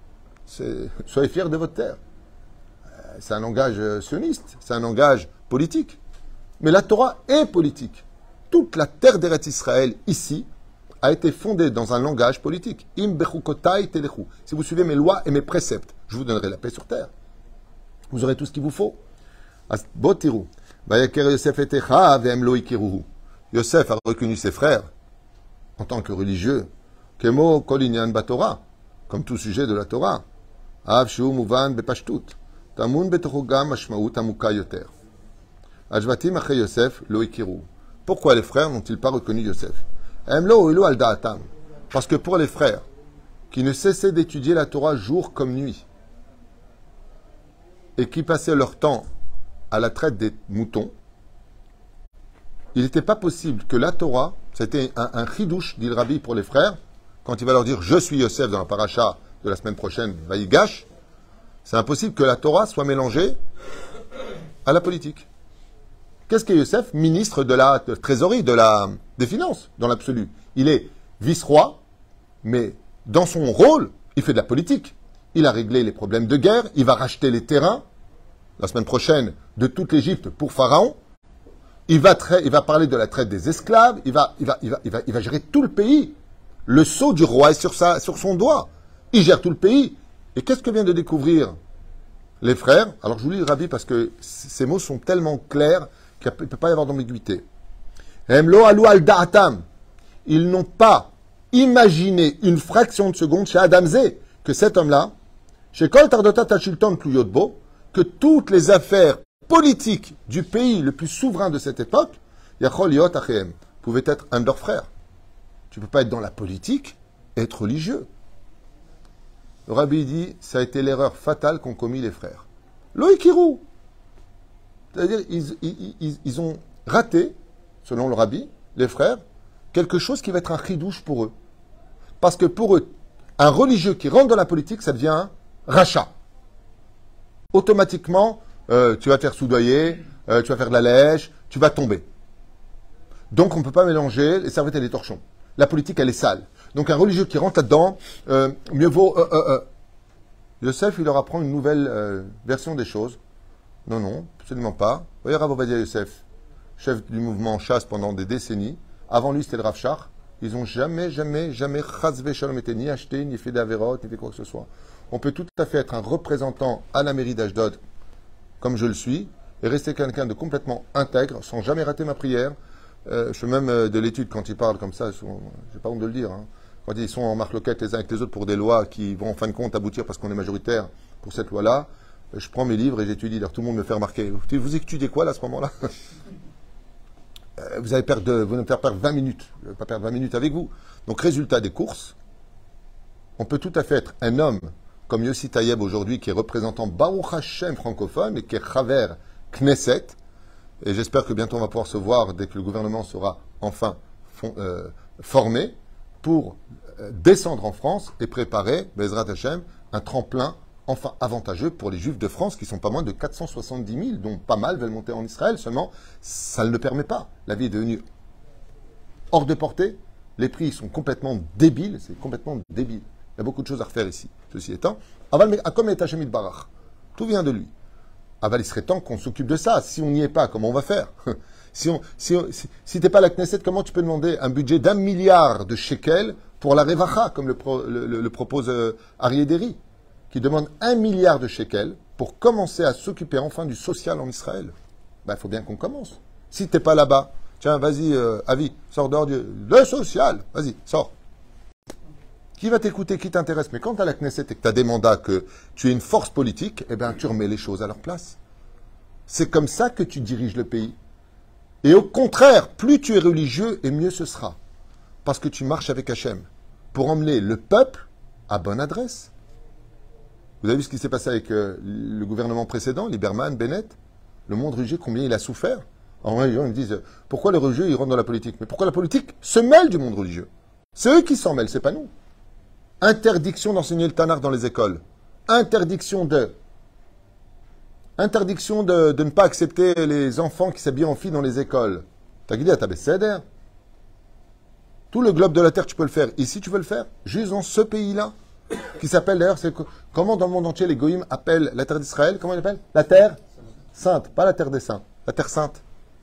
Soyez fiers de votre terre. C'est un langage sioniste, c'est un langage politique. Mais la Torah est politique. Toute la terre d'Eretz Israël, ici, a été fondée dans un langage politique. Im bechukotai telechu. Si vous suivez mes lois et mes préceptes, je vous donnerai la paix sur terre. Vous aurez tout ce qu'il vous faut. Botiru. Yosef Yosef a reconnu ses frères en tant que religieux. Kemo kolinyan batora, comme tout sujet de la Torah. Av shu muvan bepashtut. Tamun betocho gam mashmaut amuka yoter. Ajvatim ache Yosef lo ikiru. Pourquoi les frères n'ont-ils pas reconnu Yosef? Emlo ilo al da'atam. Parce que pour les frères qui ne cessaient d'étudier la Torah jour comme nuit et qui passaient leur temps à la traite des moutons, il n'était pas possible que la Torah, c'était un, un chidouche, dit le Rabbi pour les frères, quand il va leur dire « Je suis Yosef » dans la paracha de la semaine prochaine, Vaïgash, c'est impossible que la Torah soit mélangée à la politique. Qu'est-ce qu'est Yosef? Ministre de la de trésorerie, de la, des finances, dans l'absolu. Il est vice-roi, mais dans son rôle, il fait de la politique. Il a réglé les problèmes de guerre, il va racheter les terrains, la semaine prochaine, de toute l'Égypte pour Pharaon. Il va, il va parler de la traite des esclaves, il va, il va, il va, il va, il va gérer tout le pays. Le sceau du roi est sur, sa, sur son doigt. Il gère tout le pays. Et qu'est-ce que vient de découvrir les frères? Alors je vous lis le Rabbi parce que ces mots sont tellement clairs qu'il ne peut pas y avoir d'ambiguïté. Emlo alou al da'atam. Ils n'ont pas imaginé une fraction de seconde chez Adam Zé que cet homme-là, chez Kol Tardota Tachilton Pluyotbo, que toutes les affaires politiques du pays le plus souverain de cette époque, Yachol Yot Achem, pouvaient être un de leurs frères. Tu ne peux pas être dans la politique et être religieux. Le Rabbi dit, ça a été l'erreur fatale qu'ont commis les frères. Loïkirou. C'est-à-dire, ils, ils, ils, ils ont raté, selon le Rabbi, les frères, quelque chose qui va être un chidouche pour eux. Parce que pour eux, un religieux qui rentre dans la politique, ça devient un rachat. Automatiquement, euh, tu vas te faire soudoyer, euh, tu vas faire de la lèche, tu vas tomber. Donc on ne peut pas mélanger les serviettes et les torchons. La politique, elle est sale. Donc un religieux qui rentre là-dedans, euh, mieux vaut... Euh, euh, euh. Yosef, il leur apprend une nouvelle euh, version des choses. Non, non, absolument pas. Voyez Rav Ovadia Yosef, chef du mouvement chasse pendant des décennies. Avant lui, c'était le Rav Shach. Ils n'ont jamais, jamais, jamais chas v'shalom été ni acheté, ni fait d'avérote, ni fait quoi que ce soit. On peut tout à fait être un représentant à la mairie d'Ashdod, comme je le suis, et rester quelqu'un de complètement intègre, sans jamais rater ma prière. Euh, je fais même euh, de l'étude quand ils parlent comme ça, je n'ai pas honte de le dire. Hein. Quand ils sont en marloquette les uns avec les autres pour des lois qui vont en fin de compte aboutir parce qu'on est majoritaire pour cette loi-là, euh, je prends mes livres et j'étudie. Alors tout le monde me fait remarquer. Vous, vous étudiez quoi là, à ce moment-là? euh, Vous allez perdre, vous allez me faire perdre vingt minutes. Je ne vais pas perdre vingt minutes avec vous. Donc résultat des courses, on peut tout à fait être un homme comme Yossi Tayeb aujourd'hui, qui est représentant Baruch Hashem francophone et qui est Chaver Knesset. Et j'espère que bientôt on va pouvoir se voir dès que le gouvernement sera enfin fond, euh, formé pour euh, descendre en France et préparer, Bezrat Hashem, un tremplin enfin avantageux pour les Juifs de France qui sont pas moins de quatre cent soixante-dix mille, dont pas mal veulent monter en Israël. Seulement, ça ne le permet pas. La vie est devenue hors de portée. Les prix sont complètement débiles. C'est complètement débile. Il y a beaucoup de choses à refaire ici. Ceci étant, Aval Akom et Hashemit Barach. Tout vient de lui. Aval, il serait temps qu'on s'occupe de ça. Si on n'y est pas, comment on va faire? Si, on, si, on, si, si tu n'es pas à la Knesset, comment tu peux demander un budget d'un milliard de shekels pour la Revacha, comme le, pro, le, le, le propose euh, Arié Deri, qui demande un milliard de shekels pour commencer à s'occuper enfin du social en Israël? Ben, il faut bien qu'on commence. Si tu n'es pas là-bas, tiens, vas-y, euh, Avi, sors dehors du le social. Vas-y, sors. Qui va t'écouter, qui t'intéresse? Mais quand tu as la Knesset et que tu as des mandats, que tu es une force politique, eh bien, tu remets les choses à leur place. C'est comme ça que tu diriges le pays. Et au contraire, plus tu es religieux, et mieux ce sera. Parce que tu marches avec Hachem pour emmener le peuple à bonne adresse. Vous avez vu ce qui s'est passé avec euh, le gouvernement précédent, Lieberman, Bennett? Le monde religieux, combien il a souffert? En vrai, ils me disent, pourquoi les religieux, ils rentrent dans la politique? Mais pourquoi la politique se mêle du monde religieux? C'est eux qui s'en mêlent, c'est pas nous. Interdiction d'enseigner le Tanakh dans les écoles. Interdiction de... Interdiction de, de ne pas accepter les enfants qui s'habillent en filles dans les écoles. T'as guidé à ta Besséder. Tout le globe de la Terre, tu peux le faire. Ici, tu veux le faire. Juste dans ce pays-là. qui s'appelle d'ailleurs, c'est comment dans le monde entier les Goïms appellent la terre d'Israël, comment ils l'appellent? La terre sainte, pas la terre des saints, la terre sainte.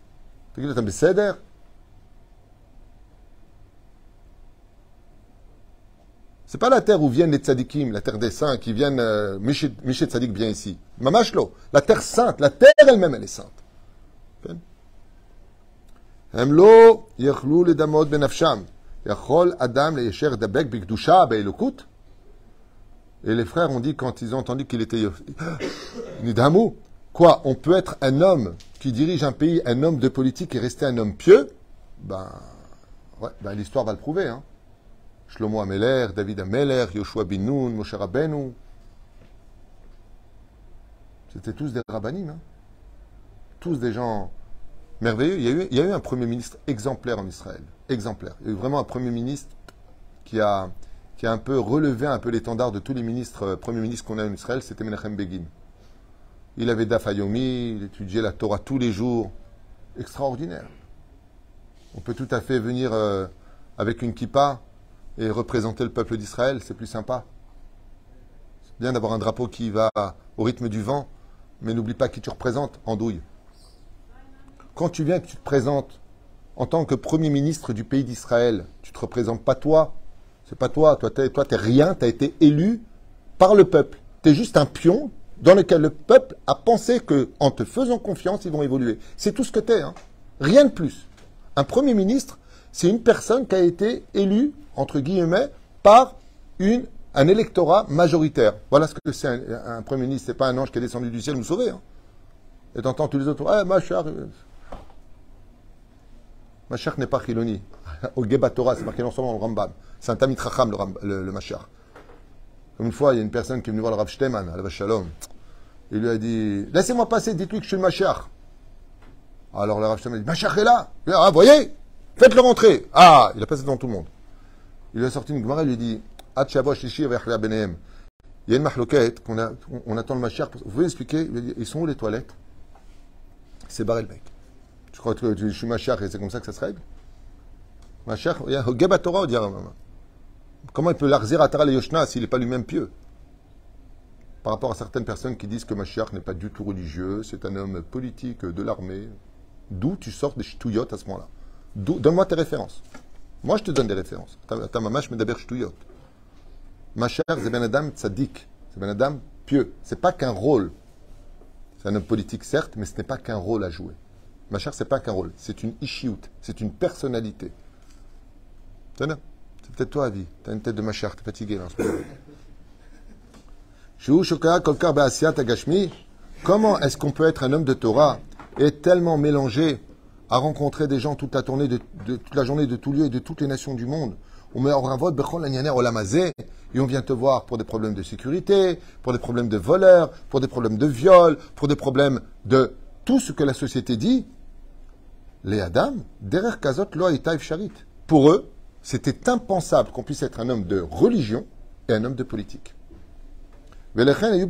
C'est pas la terre où viennent les tzadikim, la terre des saints qui viennent, euh, Miché Tzadik vient ici. Mamashlo, la terre sainte, la terre elle-même elle est sainte. Hemlo yechlu le damot benafsham, yachol adam le yesher dabek bikdusha be'elokut. Et les frères ont dit quand ils ont entendu qu'il était nidhamu, quoi, on peut être un homme qui dirige un pays, un homme de politique et rester un homme pieux? Ben, ouais, ben l'histoire va le prouver, hein. Shlomo Ameler, David Ameler, Yoshua bin Nun, Moshe Rabbeinu. C'était tous des rabbanim, hein. Tous des gens merveilleux. Il y, a eu, il y a eu un premier ministre exemplaire en Israël. Exemplaire. Il y a eu vraiment un premier ministre qui a, qui a un peu relevé un peu l'étendard de tous les ministres, euh, premiers ministres qu'on a en Israël, c'était Menachem Begin. Il avait Daf Yomi, il étudiait la Torah tous les jours. Extraordinaire. On peut tout à fait venir euh, avec une kippa et représenter le peuple d'Israël, c'est plus sympa. C'est bien d'avoir un drapeau qui va au rythme du vent, mais n'oublie pas qui tu représentes, andouille. Quand tu viens et que tu te présentes en tant que Premier ministre du pays d'Israël, tu ne te représentes pas toi, c'est pas toi, toi t'es, toi, t'es rien, tu as été élu par le peuple. Tu es juste un pion dans lequel le peuple a pensé qu'en te faisant confiance, ils vont évoluer. C'est tout ce que tu es, hein. Rien de plus. Un Premier ministre, c'est une personne qui a été élue, entre guillemets, par une, un électorat majoritaire. Voilà ce que c'est un, un Premier ministre. Ce n'est pas un ange qui est descendu du ciel nous sauver. Hein. Et t'entends tous les autres, ah, Machar. Machar n'est pas Chiloni. Au Geba Torah, c'est marqué non seulement dans le Rambam. C'est un Tamid Chacham, le, le, le Machar. Comme une fois, il y a une personne qui est venue voir le Rav Shteman, à la Shalom. Il lui a dit, laissez-moi passer, dites-lui que je suis le Machar. Alors le Rav Shteman a dit, Machar est là. Ah, voyez, faites-le rentrer. Ah, il a passé devant tout le monde. Il lui a sorti une Gemara, il lui dit, il y a une mahloquette, qu'on a, on attend le Machar. Vous pouvez expliquer, ils sont où les toilettes? C'est barré le mec. Tu crois que je suis Machar et c'est comme ça que ça se règle? Machar, il y a Geba Torah, comment il peut l'arzer à Tara le Yoshna s'il n'est pas lui-même pieux? Par rapport à certaines personnes qui disent que Machar n'est pas du tout religieux, c'est un homme politique de l'armée. D'où tu sors des ch'touillottes à ce moment-là? Donne-moi tes références. Moi, je te donne des références. Ta mamash me daber ch'touillot. Machar, c'est ben adam tzaddik. C'est ben adam pieux. C'est pas qu'un rôle. C'est un homme politique, certes, mais ce n'est pas qu'un rôle à jouer. Machar, c'est pas qu'un rôle. C'est une ishiout. C'est une personnalité. C'est peut-être toi, Avi. Tu as une tête de Machar. Tu es fatigué là en ce moment. Comment est-ce qu'on peut être un homme de Torah et être tellement mélangé à rencontrer des gens toute la, tournée de, de, toute la journée de tout lieu et de toutes les nations du monde? On met en vote et on vient te voir pour des problèmes de sécurité, pour des problèmes de voleurs, pour des problèmes de viol, pour des problèmes de tout ce que la société dit. Les Adam, derrière Kazot, Loa et Taïf Charit. Pour eux, c'était impensable qu'on puisse être un homme de religion et un homme de politique. Et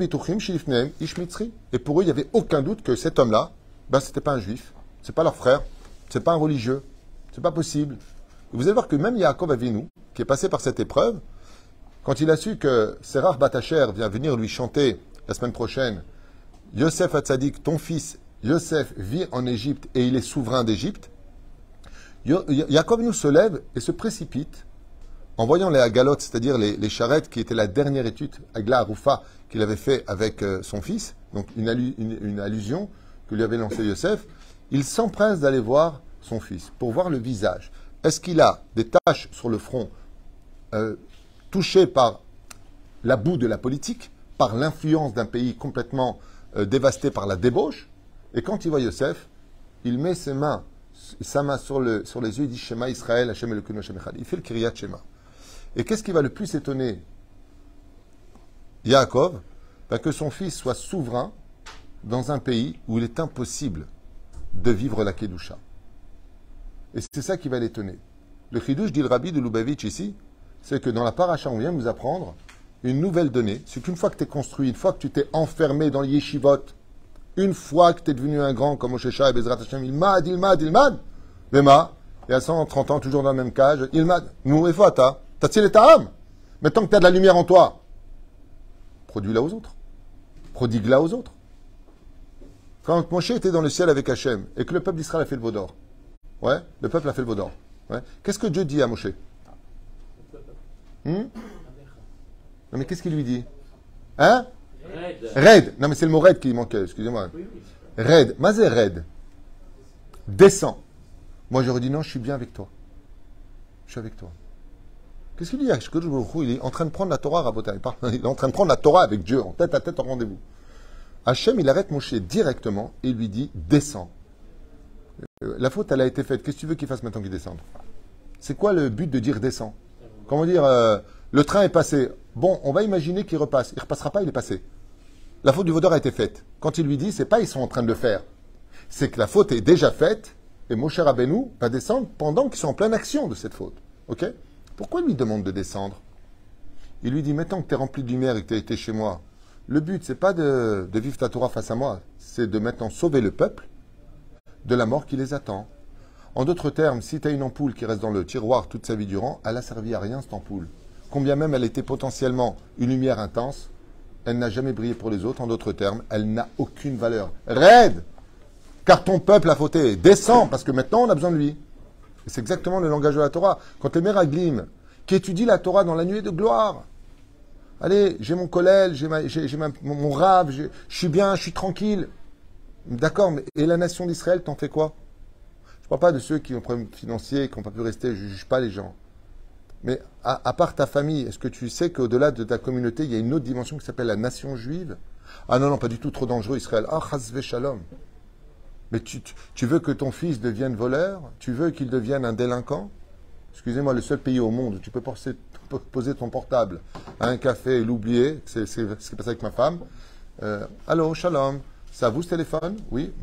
pour eux, il n'y avait aucun doute que cet homme-là, ben, ce n'était pas un juif, c'est pas leur frère, c'est pas un religieux, c'est pas possible. Et vous allez voir que même Yaakov Avinu, qui est passé par cette épreuve, quand il a su que Serach Batacher vient venir lui chanter la semaine prochaine, Yosef Hatzadik, ton fils Yosef vit en Égypte et il est souverain d'Égypte, Yaakov Avinu se lève et se précipite en voyant les agalotes, c'est-à-dire les, les charrettes qui étaient la dernière étude, Agla Arufa, qu'il avait fait avec euh, son fils, donc une, allu, une, une allusion que lui avait lancée Yosef. Il s'empresse d'aller voir son fils pour voir le visage. Est-ce qu'il a des taches sur le front euh, touchées par la boue de la politique, par l'influence d'un pays complètement euh, dévasté par la débauche? Et quand il voit Yosef, il met ses mains, sa main sur, le, sur les yeux, il dit Shema Israël, Hashem Elokeinu Hashem Echad. Il fait le Kriyat Shema. Et qu'est-ce qui va le plus étonner Yaakov? Ben que son fils soit souverain dans un pays où il est impossible de vivre la Kedusha. Et c'est ça qui va l'étonner. Le Chidouche, dit le Rabbi de Lubavitch ici, c'est que dans la paracha, on vient nous apprendre une nouvelle donnée. C'est qu'une fois que tu es construit, une fois que tu t'es enfermé dans les yeshivot, une fois que tu es devenu un grand comme Moshe Shah et Bezrat Hashem, Ilmad, Ilmad, Ilmad, Lema, et à cent trente ans, toujours dans la même cage, Ilmad, nous et Fata, t'as tiré ta âme. Maintenant que tu as de la lumière en toi, produis-la aux autres. Prodigue-la aux autres. Quand Moshe était dans le ciel avec Hachem et que le peuple d'Israël a fait le veau d'or, ouais, le peuple a fait le veau d'or. Ouais. Qu'est-ce que Dieu dit à Moshe? Hmm? Non mais qu'est-ce qu'il lui dit? Hein? Red. Red. Non mais c'est le mot red qui manquait, excusez-moi. Oui, oui. Red. Mazé red. Descends. Moi j'aurais dit non, je suis bien avec toi. Je suis avec toi. Qu'est-ce qu'il dit? Il est en train de prendre la Torah, Rabotai. Il est en train de prendre la Torah avec Dieu, en tête à tête, en rendez-vous. Hachem, il arrête Moshe directement et il lui dit descends. La faute, elle a été faite. Qu'est-ce que tu veux qu'il fasse maintenant qu'il descende? C'est quoi le but de dire descends? Comment dire euh, le train est passé. Bon, on va imaginer qu'il repasse. Il ne repassera pas, il est passé. La faute du vaudeur a été faite. Quand il lui dit, c'est pas ils sont en train de le faire. C'est que la faute est déjà faite et Moshe Rabbeinu va descendre pendant qu'ils sont en pleine action de cette faute. Ok? Pourquoi il lui demande de descendre? Il lui dit, maintenant que tu es rempli de lumière et que tu as été chez moi, le but, c'est pas de, de vivre ta Torah face à moi, c'est de maintenant sauver le peuple de la mort qui les attend. En d'autres termes, si tu as une ampoule qui reste dans le tiroir toute sa vie durant, elle a servi à rien cette ampoule. Combien même elle était potentiellement une lumière intense, elle n'a jamais brillé pour les autres. En d'autres termes, elle n'a aucune valeur. Raide! Car ton peuple a fauté. Descends, parce que maintenant on a besoin de lui. Et c'est exactement le langage de la Torah. Quand les Meraglim, qui étudient la Torah dans la nuée de gloire, allez, j'ai mon collège, j'ai, ma, j'ai, j'ai ma, mon, mon rave, j'ai, je suis bien, je suis tranquille. D'accord, mais et la nation d'Israël, t'en fais quoi? Je ne parle pas de ceux qui ont un problème financier, qui n'ont pas pu rester, je ne juge pas les gens. Mais à, à part ta famille, est-ce que tu sais qu'au-delà de ta communauté, il y a une autre dimension qui s'appelle la nation juive? Ah non, non, pas du tout, trop dangereux, Israël. Ah, chasve shalom. Mais tu, tu, tu veux que ton fils devienne voleur? Tu veux qu'il devienne un délinquant? Excusez-moi, le seul pays au monde où tu peux poser, poser ton portable à un café et l'oublier, c'est ce qui est passé avec ma femme. Euh, Allô, shalom, c'est à vous ce téléphone? Oui.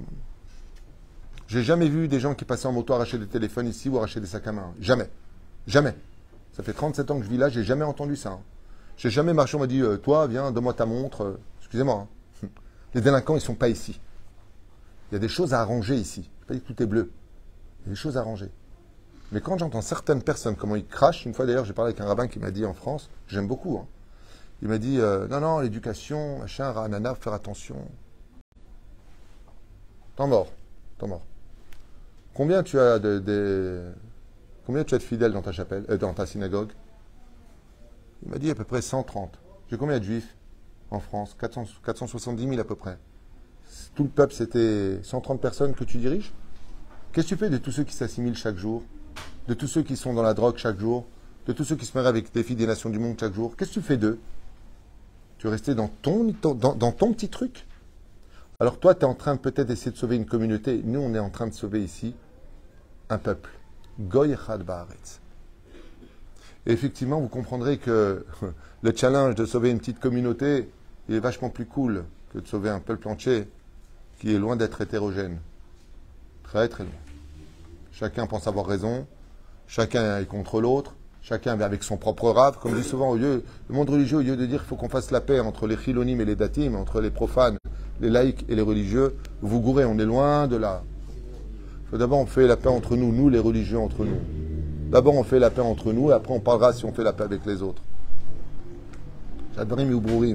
J'ai jamais vu des gens qui passaient en moto arracher des téléphones ici ou arracher des sacs à main. Jamais. Jamais. Ça fait trente-sept ans que je vis là, j'ai jamais entendu ça. Hein. J'ai jamais marché, on m'a dit, euh, toi, viens, donne-moi ta montre. Euh, excusez-moi. Hein. Les délinquants, ils sont pas ici. Il y a des choses à arranger ici. Je ne pas dit que tout est bleu. Il y a des choses à arranger. Mais quand j'entends certaines personnes, comment ils crachent, une fois d'ailleurs, j'ai parlé avec un rabbin qui m'a dit en France, j'aime beaucoup, hein, il m'a dit, euh, non, non, l'éducation, machin, ranana, faut faire attention. T'en mort. T'en mort. Combien tu as de, de, combien tu as de fidèles dans ta chapelle, euh, dans ta synagogue? Il m'a dit à peu près cent trente. J'ai combien de juifs en France? quatre cents, quatre cent soixante-dix mille à peu près. Tout le peuple, c'était cent trente personnes que tu diriges? Qu'est-ce que tu fais de tous ceux qui s'assimilent chaque jour? De tous ceux qui sont dans la drogue chaque jour? De tous ceux qui se marient avec des filles des nations du monde chaque jour? Qu'est-ce que tu fais d'eux? Tu es resté dans ton, dans, dans ton petit truc? Alors toi, tu es en train peut-être d'essayer de sauver une communauté. Nous, on est en train de sauver ici un peuple. Goy Echad Baaretz. Et effectivement, vous comprendrez que le challenge de sauver une petite communauté, il est vachement plus cool que de sauver un peuple entier qui est loin d'être hétérogène. Très, très loin. Chacun pense avoir raison. Chacun est contre l'autre. Chacun est avec son propre rave. Comme je dis souvent, au lieu, le monde religieux, au lieu de dire qu'il faut qu'on fasse la paix entre les chilonim et les datim, entre les profanes, les laïcs et les religieux, vous gourez, on est loin de là. D'abord, on fait la paix entre nous, nous les religieux entre nous. D'abord, on fait la paix entre nous, et après, on parlera si on fait la paix avec les autres. J'adrim Ubrourim.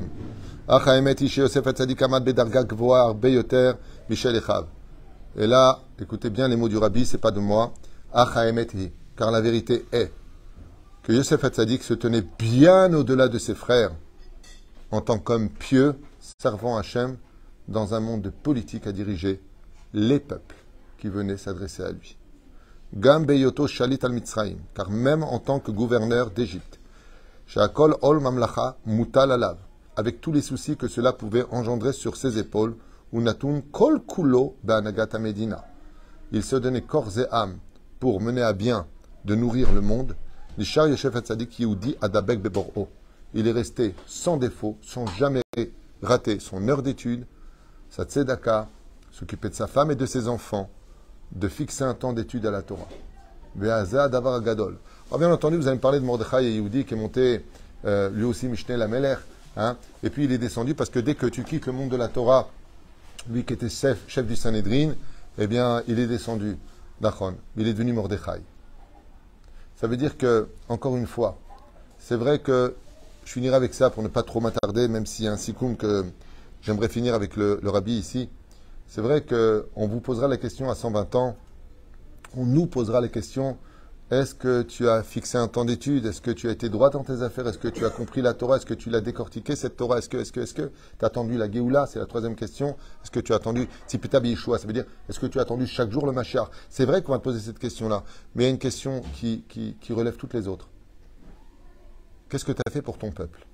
Et là, écoutez bien les mots du rabbi, c'est pas de moi. Car la vérité est que Yosef Hatzadik se tenait bien au-delà de ses frères en tant qu'homme pieux, servant Hachem dans un monde de politique à diriger les peuples qui venaient s'adresser à lui. Gam beyoto shalit al Mitzrayim, car même en tant que gouverneur d'Égypte, Shakol ol mamlacha mutal alav, avec tous les soucis que cela pouvait engendrer sur ses épaules, Unatun kol kulo be'anagat medina. Il se donnait corps et âme pour mener à bien de nourrir le monde. Nishar Yosef Hatzadik Yehudi Adabek Bebor'o. Il est resté sans défaut, sans jamais rater son heure d'étude, sa tzedaka, s'occuper de sa femme et de ses enfants, de fixer un temps d'étude à la Torah. Be'azah Davar Gadol. Alors bien entendu, vous allez me parler de Mordechai et Yehudi qui est monté euh, lui aussi Mishneh Lamelech. Hein, et puis il est descendu parce que dès que tu quittes le monde de la Torah, lui qui était chef, chef du Sanhédrin, eh bien, il est descendu d'Achon. Il est devenu Mordechai. Ça veut dire que, encore une fois, c'est vrai que je finirai avec ça pour ne pas trop m'attarder, même s'il y a un sikoum que j'aimerais finir avec le, le rabbi ici. C'est vrai qu'on vous posera la question à cent vingt ans, on nous posera la question, est-ce que tu as fixé un temps d'étude? Est-ce que tu as été droit dans tes affaires? Est-ce que tu as compris la Torah? Est-ce que tu l'as décortiquée, cette Torah? Est-ce que, est-ce que, est-ce que tu as attendu la Géoula? C'est la troisième question. Est-ce que tu as attendu Tzipita B'Yeshua? Ça veut dire, est-ce que tu as attendu chaque jour le Mashiach? C'est vrai qu'on va te poser cette question-là, mais il y a une question qui, qui, qui relève toutes les autres. Qu'est-ce que tu as fait pour ton peuple?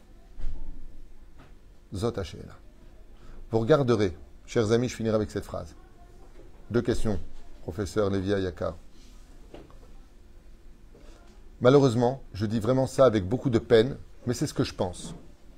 Zot Hashela. Vous regarderez, chers amis, je finirai avec cette phrase. Deux questions, professeur Lévi Ayaka. Malheureusement, je dis vraiment ça avec beaucoup de peine, mais c'est ce que je pense.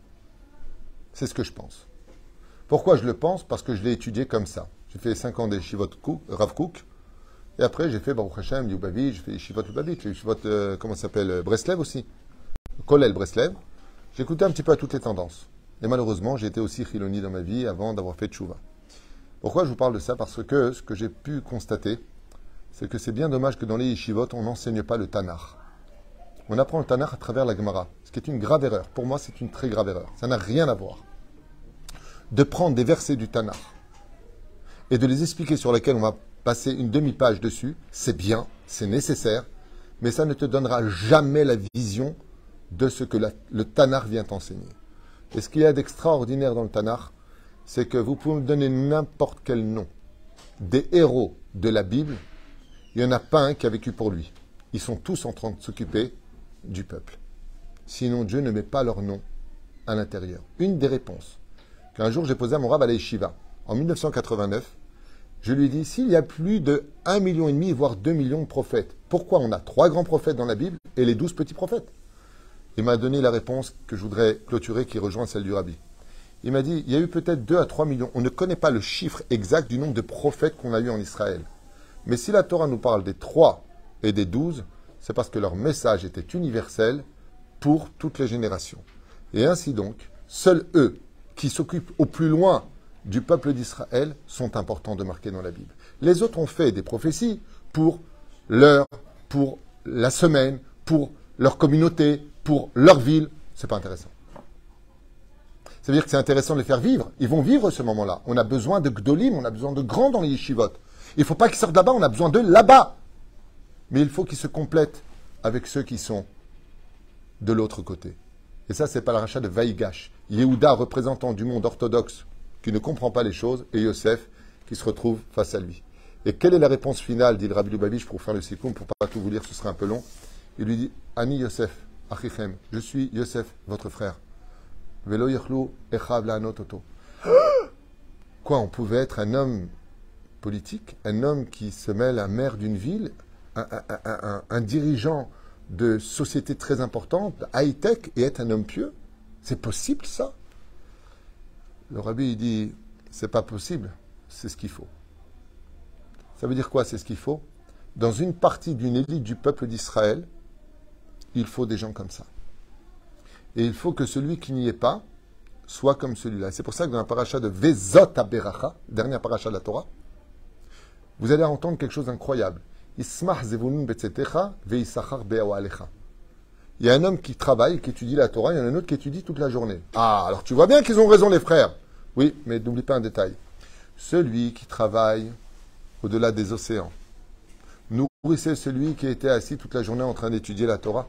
C'est ce que je pense. Pourquoi je le pense? Parce que je l'ai étudié comme ça. J'ai fait cinq ans des Shivot Rav Kook, et après j'ai fait Baruch Hashem, Lubavitch, j'ai fait Shivot Lubavitch, les Shivot, euh, comment ça s'appelle, Breslev aussi. Kollel Breslev. J'ai écouté un petit peu à toutes les tendances. Et malheureusement, j'ai été aussi chiloni dans ma vie avant d'avoir fait Tchouva. Pourquoi je vous parle de ça? Parce que ce que j'ai pu constater, c'est que c'est bien dommage que dans les yeshivot, on n'enseigne pas le Tanakh. On apprend le Tanakh à travers la Gemara, ce qui est une grave erreur. Pour moi, c'est une très grave erreur. Ça n'a rien à voir. De prendre des versets du Tanakh et de les expliquer sur lesquels on va passer une demi-page dessus, c'est bien, c'est nécessaire, mais ça ne te donnera jamais la vision de ce que la, le Tanakh vient t'enseigner. Et ce qu'il y a d'extraordinaire dans le Tanakh, c'est que vous pouvez me donner n'importe quel nom des héros de la Bible, il n'y en a pas un qui a vécu pour lui. Ils sont tous en train de s'occuper du peuple. Sinon, Dieu ne met pas leur nom à l'intérieur. Une des réponses qu'un jour j'ai posée à mon Rav à la Yeshiva, en mille neuf cent quatre-vingt-neuf, je lui ai dit, s'il y a plus de un million et demi, voire deux millions de prophètes, pourquoi on a trois grands prophètes dans la Bible et les douze petits prophètes? Il m'a donné la réponse que je voudrais clôturer, qui rejoint celle du Rabbi. Il m'a dit, il y a eu peut-être deux à trois millions. On ne connaît pas le chiffre exact du nombre de prophètes qu'on a eu en Israël. Mais si la Torah nous parle des trois et des douze, c'est parce que leur message était universel pour toutes les générations. Et ainsi donc, seuls eux qui s'occupent au plus loin du peuple d'Israël sont importants de marquer dans la Bible. Les autres ont fait des prophéties pour l'heure, pour la semaine, pour leur communauté, pour leur ville. C'est pas intéressant. Ça veut dire que c'est intéressant de les faire vivre. Ils vont vivre ce moment-là. On a besoin de gdolim, on a besoin de grands dans les yeshivot. Il ne faut pas qu'ils sortent là-bas, on a besoin d'eux là-bas. Mais il faut qu'ils se complètent avec ceux qui sont de l'autre côté. Et ça, c'est pas le rachat de Vaïgash. Yehuda, représentant du monde orthodoxe, qui ne comprend pas les choses, et Yosef, qui se retrouve face à lui. Et quelle est la réponse finale, dit le Rabbi Lubavitch, pour faire le sikoum, pour ne pas tout vous lire, ce serait un peu long. Il lui dit, Ani Yosef, Achichem, je suis Yosef, votre frère. Velo yechlou echav la'anot oto. Quoi, on pouvait être un homme politique, un homme qui se mêle à maire d'une ville, un, un, un, un, un dirigeant de société très importante, high-tech, et être un homme pieux? C'est possible, ça? Le rabbi, il dit, c'est pas possible, c'est ce qu'il faut. Ça veut dire quoi, c'est ce qu'il faut? Dans une partie d'une élite du peuple d'Israël, il faut des gens comme ça. Et il faut que celui qui n'y est pas soit comme celui-là. C'est pour ça que dans la paracha de Vezot HaBeracha, dernière paracha de la Torah, vous allez entendre quelque chose d'incroyable. Ismach zevulun betzetecha veisachar be'oalecha. Il y a un homme qui travaille, qui étudie la Torah, il y en a un autre qui étudie toute la journée. Ah, alors tu vois bien qu'ils ont raison les frères. Oui, mais n'oublie pas un détail. Celui qui travaille au-delà des océans, nourrissez celui qui était assis toute la journée en train d'étudier la Torah.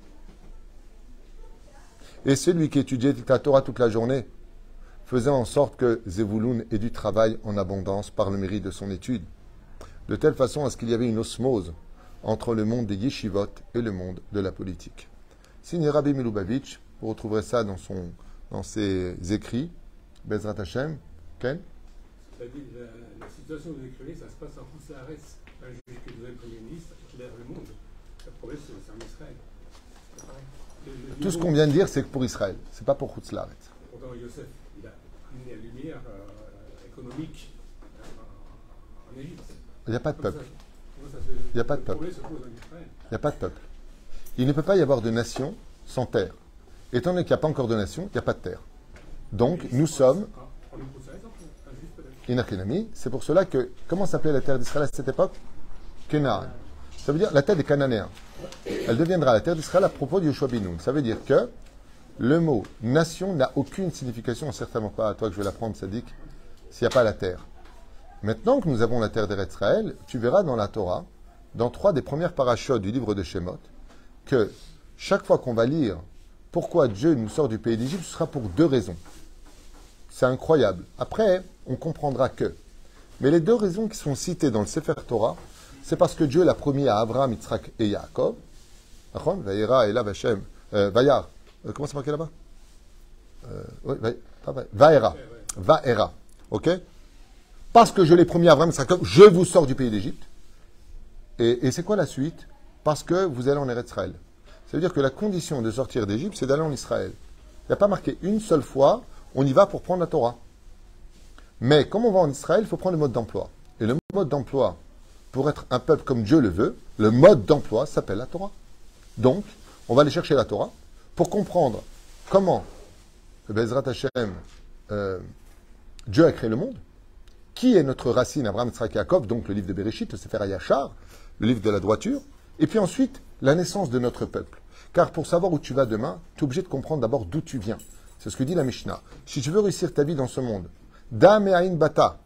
Et celui qui étudiait la Torah toute la journée faisait en sorte que Zevulun ait du travail en abondance par le mérite de son étude. De telle façon à ce qu'il y avait une osmose entre le monde des yeshivot et le monde de la politique. Signé Rabbi Milubavitch, vous retrouverez ça dans, son, dans ses écrits. Bezrat Hashem. Ken? La, la situation que vous écrivez, ça se passe en Houssaaretz, un juif que vous avez Premier ministre, qui lève le monde. Le problème, c'est en Israël. Le, le Tout ce qu'on vient de dire, c'est que pour Israël. C'est pas pour Hutzlaret. Pourtant, Yosef, il a amené la lumière euh, économique euh, en Égypte. Il n'y a pas de peuple. Ça, ça se, il n'y a pas de le peuple. problème se pose en Israël. Il n'y a pas de peuple. Il ne peut pas y avoir de nation sans terre. Étant donné qu'il n'y a pas encore de nation, il n'y a pas de terre. Donc, nous sommes... Inachinami, c'est pour cela que... Comment s'appelait la terre d'Israël à cette époque? Canaan. Ça veut dire la terre des Cananéens. Elle deviendra la terre d'Israël à propos de Yoshua bin Nun. Ça veut dire que Le mot nation n'a aucune signification, certainement pas à toi que je vais l'apprendre, Sadiq, s'il n'y a pas la terre. Maintenant que nous avons la terre d'Eretz Israël, tu verras dans la Torah, dans trois des premières parachutes du livre de Shemot, que chaque fois qu'on va lire pourquoi Dieu nous sort du pays d'Égypte, ce sera pour deux raisons. C'est incroyable. Après, on comprendra que. Mais les deux raisons qui sont citées dans le Sefer Torah, c'est parce que Dieu l'a promis à Abraham, Yitzhak et Yaakov. Vaïra et là, Vachem. Vaïar. Comment c'est marqué là-bas euh, oui, Vaïra. Vaïra. Ok. Parce que je l'ai promis à Abraham, Yitzhak, je vous sors du pays d'Égypte. Et, et c'est quoi la suite? Parce que vous allez en Eretz Israël. Ça veut dire que la condition de sortir d'Égypte, c'est d'aller en Israël. Il n'y a pas marqué une seule fois, on y va pour prendre la Torah. Mais comme on va en Israël, il faut prendre le mode d'emploi. Et le mode d'emploi, pour être un peuple comme Dieu le veut, le mode d'emploi s'appelle la Torah. Donc, on va aller chercher la Torah pour comprendre comment, Bezrat Hashem, euh, Dieu a créé le monde, qui est notre racine, Abraham, Yitzhak et Yaakov, donc le livre de Bereshit, le Sefer HaYashar, le livre de la droiture, et puis ensuite, la naissance de notre peuple. Car pour savoir où tu vas demain, tu es obligé de comprendre d'abord d'où tu viens. C'est ce que dit la Mishnah. Si tu veux réussir ta vie dans ce monde, bata,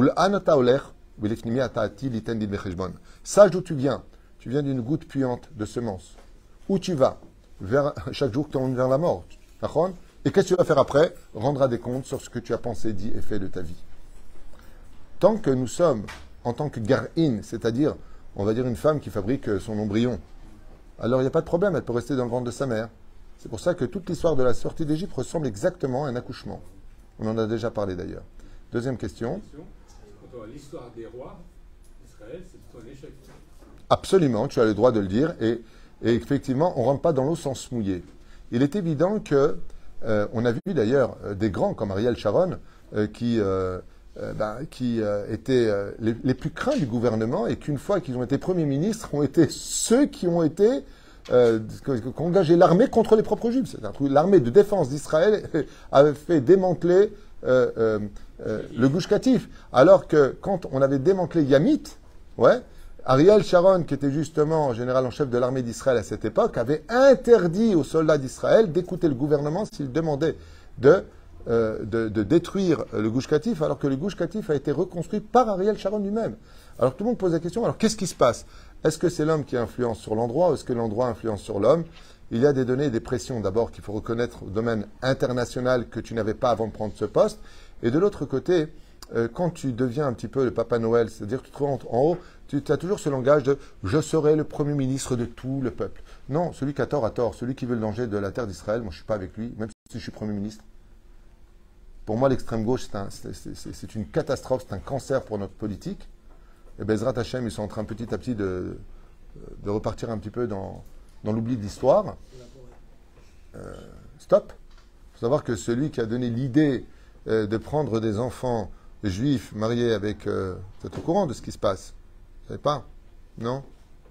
sache d'où tu viens. Tu viens d'une goutte puante de semence. Où tu vas? Vers, chaque jour que tu en vers la mort. Et qu'est-ce que tu vas faire après? Rendra des comptes sur ce que tu as pensé, dit et fait de ta vie. Tant que nous sommes en tant que gar'in, c'est-à-dire, on va dire une femme qui fabrique son embryon, alors il n'y a pas de problème, elle peut rester dans le ventre de sa mère. C'est pour ça que toute l'histoire de la sortie d'Égypte ressemble exactement à un accouchement. On en a déjà parlé d'ailleurs. Deuxième question. Quand on a l'histoire des rois d'Israël, c'est plutôt un échec. Absolument, tu as le droit de le dire. Et, et effectivement, on ne rentre pas dans l'eau sans se mouiller. Il est évident que, euh, on a vu d'ailleurs euh, des grands comme Ariel Sharon, euh, qui, euh, euh, ben, qui euh, étaient euh, les, les plus craints du gouvernement et qu'une fois qu'ils ont été premiers ministres, ont été ceux qui ont été... Euh, qui ont engagé l'armée contre les propres juifs. C'est un truc. L'armée de défense d'Israël avait fait démanteler euh, euh, euh, le Gush Katif. Alors que quand on avait démantelé Yamit, ouais, Ariel Sharon, qui était justement général en chef de l'armée d'Israël à cette époque, avait interdit aux soldats d'Israël d'écouter le gouvernement s'il demandait de, euh, de, de détruire le Gush Katif, alors que le Gush Katif a été reconstruit par Ariel Sharon lui-même. Alors tout le monde pose la question, alors qu'est-ce qui se passe? Est-ce que c'est l'homme qui influence sur l'endroit ou est-ce que l'endroit influence sur l'homme? Il y a des données et des pressions d'abord qu'il faut reconnaître au domaine international que tu n'avais pas avant de prendre ce poste. Et de l'autre côté, euh, quand tu deviens un petit peu le Papa Noël, c'est-à-dire que tu te trouves en, en haut, tu as toujours ce langage de « je serai le premier ministre de tout le peuple ». Non, celui qui a tort a tort. Celui qui veut le danger de la terre d'Israël, moi je ne suis pas avec lui, même si je suis premier ministre. Pour moi, l'extrême gauche, c'est, un, c'est, c'est, c'est une catastrophe, c'est un cancer pour notre politique. Et Bezrat Hashem, ils sont en train petit à petit de, de repartir un petit peu dans, dans l'oubli de l'histoire. Euh, stop. Il faut savoir que celui qui a donné l'idée euh, de prendre des enfants juifs mariés avec... Euh, vous êtes au courant de ce qui se passe? Vous ne savez pas? Non?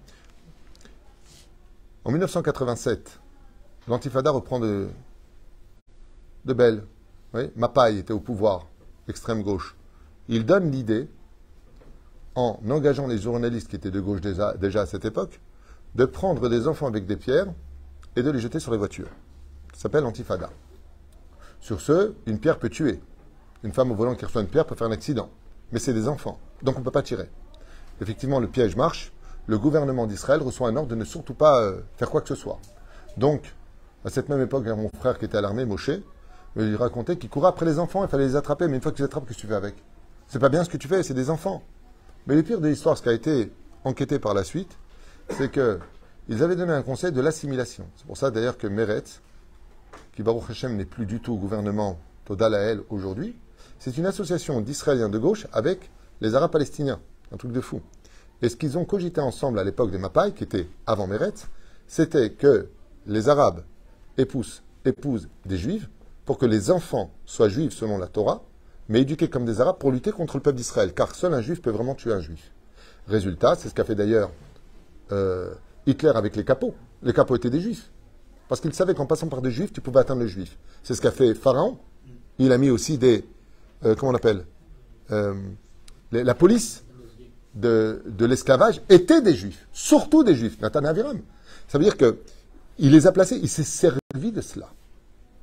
En mille neuf cent quatre-vingt-sept, l'Antifada reprend de, de Belle. Oui, Mapai était au pouvoir, extrême gauche. Il donne l'idée, en engageant les journalistes qui étaient de gauche déjà, déjà à cette époque, de prendre des enfants avec des pierres et de les jeter sur les voitures. Ça s'appelle l'Antifada. Sur ce, une pierre peut tuer. Une femme au volant qui reçoit une pierre peut faire un accident. Mais c'est des enfants, donc on ne peut pas tirer. Effectivement, le piège marche. Le gouvernement d'Israël reçoit un ordre de ne surtout pas euh, faire quoi que ce soit. Donc, à cette même époque, mon frère qui était à l'armée, Moshe, il racontait qu'il courait après les enfants, il fallait les attraper, mais une fois que tu les attrapes, qu'est-ce que tu fais avec? C'est pas bien ce que tu fais, c'est des enfants. Mais le pire de l'histoire, ce qui a été enquêté par la suite, c'est qu'ils avaient donné un conseil de l'assimilation. C'est pour ça d'ailleurs que Meretz, qui Baruch Hashem n'est plus du tout au gouvernement Toda Lael aujourd'hui, c'est une association d'Israéliens de gauche avec les Arabes palestiniens. Un truc de fou. Et ce qu'ils ont cogité ensemble à l'époque des Mapai, qui était avant Meretz, c'était que les Arabes épousent, épousent des Juifs pour que les enfants soient Juifs selon la Torah, mais éduqués comme des Arabes pour lutter contre le peuple d'Israël, car seul un Juif peut vraiment tuer un Juif. Résultat, c'est ce qu'a fait d'ailleurs euh, Hitler avec les capots. Les capots étaient des Juifs, parce qu'il savait qu'en passant par des Juifs, tu pouvais atteindre le Juif. C'est ce qu'a fait Pharaon. Il a mis aussi des... Euh, comment on appelle euh, les, la police de, de l'esclavage était des Juifs, surtout des Juifs, Nathan Aviram. Ça veut dire qu'il les a placés, il s'est servi de cela.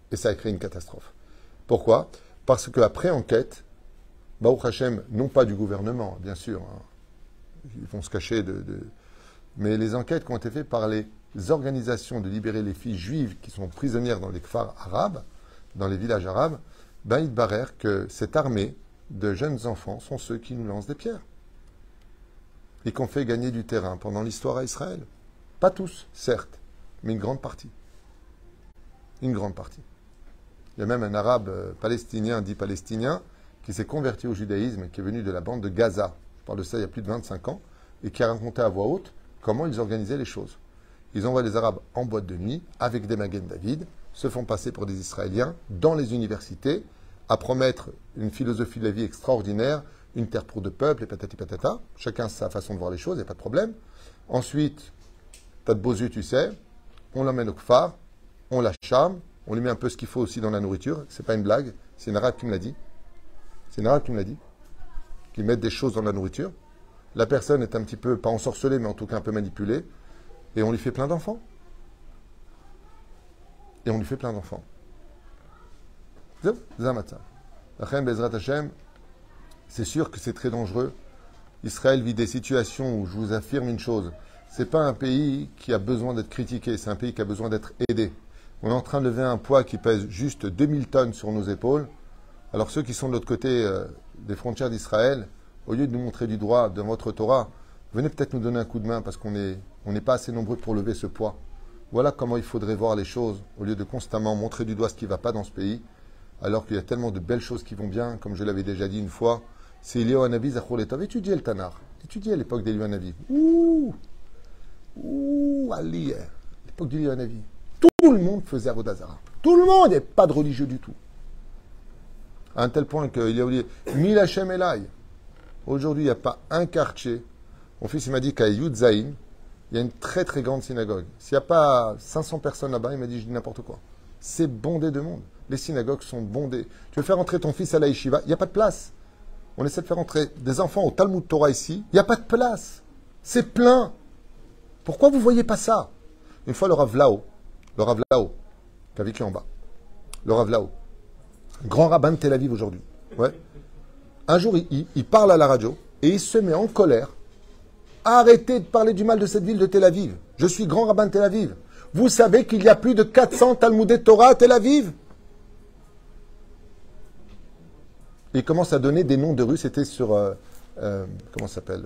Et ça a créé une catastrophe. Pourquoi? Parce qu'après enquête, Baruch Hashem, non pas du gouvernement, bien sûr, hein, ils vont se cacher de, de... Mais les enquêtes qui ont été faites par les organisations de libérer les filles juives qui sont prisonnières dans les kfars arabes, dans les villages arabes, ben il barer que cette armée de jeunes enfants sont ceux qui nous lancent des pierres et qui ont fait gagner du terrain pendant l'histoire à Israël. Pas tous, certes, mais une grande partie. Une grande partie. Il y a même un arabe euh, palestinien, dit palestinien, qui s'est converti au judaïsme, qui est venu de la bande de Gaza, je parle de ça il y a plus de vingt-cinq ans, et qui a raconté à voix haute comment ils organisaient les choses. Ils envoient les Arabes en boîte de nuit, avec des Magen David, se font passer pour des Israéliens, dans les universités, à promettre une philosophie de la vie extraordinaire, une terre pour deux peuples, et patati patata. Chacun a sa façon de voir les choses, il n'y a pas de problème. Ensuite, t'as de beaux yeux, tu sais, on l'emmène au kfar, on la charme, on lui met un peu ce qu'il faut aussi dans la nourriture, c'est pas une blague, c'est une arabe qui me l'a dit. C'est une arabe qui me l'a dit. Qu'ils mettent des choses dans la nourriture. La personne est un petit peu, pas ensorcelée, mais en tout cas un peu manipulée, et on lui fait plein d'enfants. Et on lui fait plein d'enfants. C'est sûr que c'est très dangereux. Israël vit des situations où je vous affirme une chose. Ce n'est pas un pays qui a besoin d'être critiqué, c'est un pays qui a besoin d'être aidé. On est en train de lever un poids qui pèse juste deux mille tonnes sur nos épaules. Alors ceux qui sont de l'autre côté euh, des frontières d'Israël, au lieu de nous montrer du droit de votre Torah, venez peut-être nous donner un coup de main parce qu'on n'est on n'est pas assez nombreux pour lever ce poids. Voilà comment il faudrait voir les choses, au lieu de constamment montrer du doigt ce qui ne va pas dans ce pays, alors qu'il y a tellement de belles choses qui vont bien, comme je l'avais déjà dit une fois. C'est Eliyahu Hanavi, Zachor Letov. Étudiez le Tanar. Étudiez à l'époque d'Eliyahu Hanavi. Ouh Ouh, Ali, l'époque d'Eliyahu Hanavi. Tout le monde faisait Avodah Zarah. Tout le monde, il n'y avait pas de religieux du tout. À un tel point qu'il y a oublié Mil Hashem Elai. Aujourd'hui, il n'y a pas un quartier. Mon fils il m'a dit qu'à Yud Zaïn, il y a une très très grande synagogue. S'il n'y a pas cinq cents personnes là-bas, il m'a dit je dis n'importe quoi. C'est bondé de monde. Les synagogues sont bondées. Tu veux faire entrer ton fils à la yeshiva, il n'y a pas de place. On essaie de faire entrer des enfants au Talmud Torah ici, il n'y a pas de place. C'est plein. Pourquoi vous ne voyez pas ça? Une fois le Rav Lao, le Rav Lao, qui a vécu en bas, le Rav Lao, grand rabbin de Tel Aviv aujourd'hui. Ouais. Un jour, il, il parle à la radio et il se met en colère. Arrêtez de parler du mal de cette ville de Tel Aviv. Je suis grand rabbin de Tel Aviv. Vous savez qu'il y a plus de quatre cents Talmudei Torah à Tel Aviv? Il commence à donner des noms de rues. C'était sur... Euh, euh, comment ça s'appelle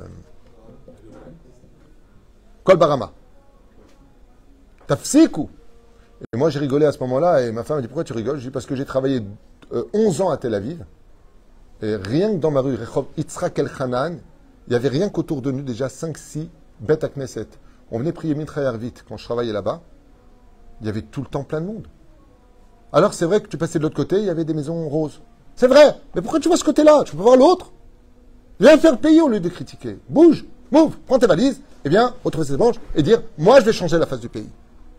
Kol Barama. Tafsiku. Et moi, j'ai rigolé à ce moment-là. Et ma femme m'a dit, pourquoi tu rigoles? Je dis, parce que j'ai travaillé euh, onze ans à Tel Aviv. Et rien que dans ma rue, Rechov Yitzhak El Hanan, il n'y avait rien qu'autour de nous, déjà cinq six bêtes à Knesset. On venait prier Mitra Yarvit quand je travaillais là-bas. Il y avait tout le temps plein de monde. Alors, c'est vrai que tu passais de l'autre côté, il y avait des maisons roses. C'est vrai, mais pourquoi tu vois ce côté-là? Tu peux voir l'autre? Viens faire payer au lieu de critiquer. Bouge, move, prends tes valises, et viens retrouver ses branches et dire, moi, je vais changer la face du pays.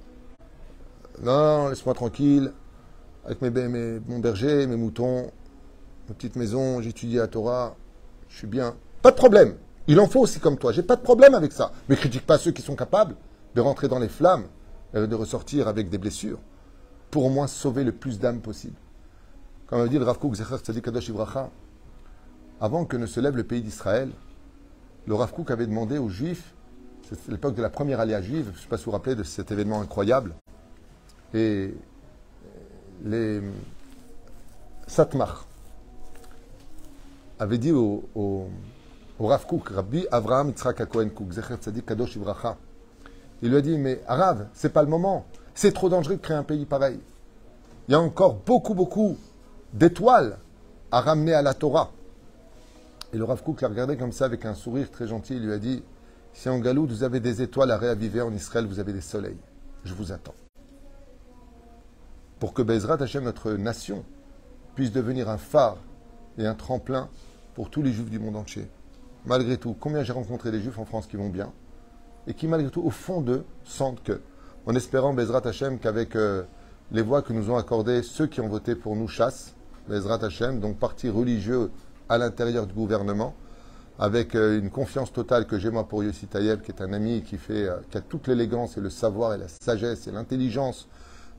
Non, laisse-moi tranquille, avec mes, mes, mon berger, mes moutons, ma petite maison, j'étudie la Torah, je suis bien. Pas de problème. Il en faut aussi comme toi. J'ai pas de problème avec ça. Mais critique pas ceux qui sont capables de rentrer dans les flammes et de ressortir avec des blessures pour au moins sauver le plus d'âmes possible. Comme a dit le Rav Kook, Zecher Tzadik Kadosh Ivracha, avant que ne se lève le pays d'Israël, le Rav Kook avait demandé aux Juifs, c'est l'époque de la première aléa juive, je ne sais pas si vous vous rappelez de cet événement incroyable, et les Satmar avaient dit au, au au Rav Kook, Rabbi Avraham Yitzhak HaKohen Kook, Zecher Tzadik Kadosh Ivracha. Il lui a dit, mais Arav, c'est pas le moment. C'est trop dangereux de créer un pays pareil. Il y a encore beaucoup, beaucoup d'étoiles à ramener à la Torah. Et le Rav Kook l'a regardé comme ça avec un sourire très gentil. Il lui a dit, si en Galoud vous avez des étoiles à réaviver, en Israël vous avez des soleils. Je vous attends. Pour que Bezrat Hashem, notre nation, puisse devenir un phare et un tremplin pour tous les Juifs du monde entier. Malgré tout, combien j'ai rencontré des Juifs en France qui vont bien et qui, malgré tout, au fond d'eux, sentent que, en espérant, Bezrat Hashem, qu'avec euh, les voix que nous ont accordées ceux qui ont voté pour nous chassent, Bezrat Hashem, donc parti religieux à l'intérieur du gouvernement, avec euh, une confiance totale que j'ai moi pour Yossi Tayeb, qui est un ami qui, fait, euh, qui a toute l'élégance et le savoir et la sagesse et l'intelligence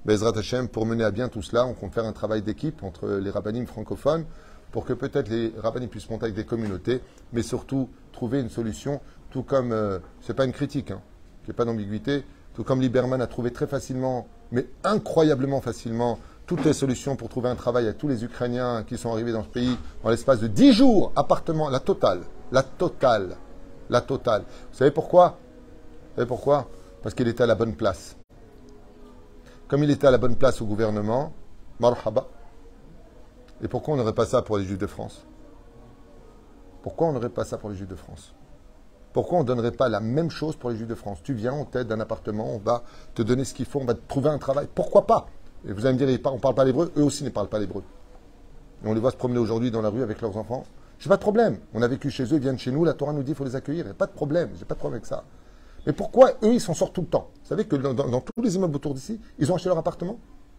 Bezrat Hashem, pour mener à bien tout cela, on compte faire un travail d'équipe entre les rabbinim francophones pour que peut-être les rabbinim puissent monter avec des communautés, mais surtout trouver une solution, tout comme, euh, c'est pas une critique, hein, il n'y a pas d'ambiguïté, tout comme Lieberman a trouvé très facilement, mais incroyablement facilement, toutes les solutions pour trouver un travail à tous les Ukrainiens qui sont arrivés dans ce pays en l'espace de dix jours, appartement, la totale, la totale, la totale. Vous savez pourquoi? Vous savez pourquoi? Parce qu'il était à la bonne place. Comme il était à la bonne place au gouvernement, marhaba. Et pourquoi on n'aurait pas ça pour les Juifs de France? Pourquoi on n'aurait pas ça pour les Juifs de France? Pourquoi on ne donnerait pas la même chose pour les Juifs de France? Tu viens, on t'aide d'un appartement, on va te donner ce qu'il faut, on va te trouver un travail. Pourquoi pas? Et vous allez me dire, on ne parle pas l'hébreu, eux aussi ne parlent pas l'hébreu. Et on les voit se promener aujourd'hui dans la rue avec leurs enfants. Je n'ai pas de problème. On a vécu chez eux, ils viennent chez nous, la Torah nous dit qu'il faut les accueillir. Il n'y a pas de problème, j'ai pas de problème avec ça. Mais pourquoi eux, ils s'en sortent tout le temps? Vous savez que dans, dans, dans tous les immeubles autour d'ici, ils ont acheté leur appartement?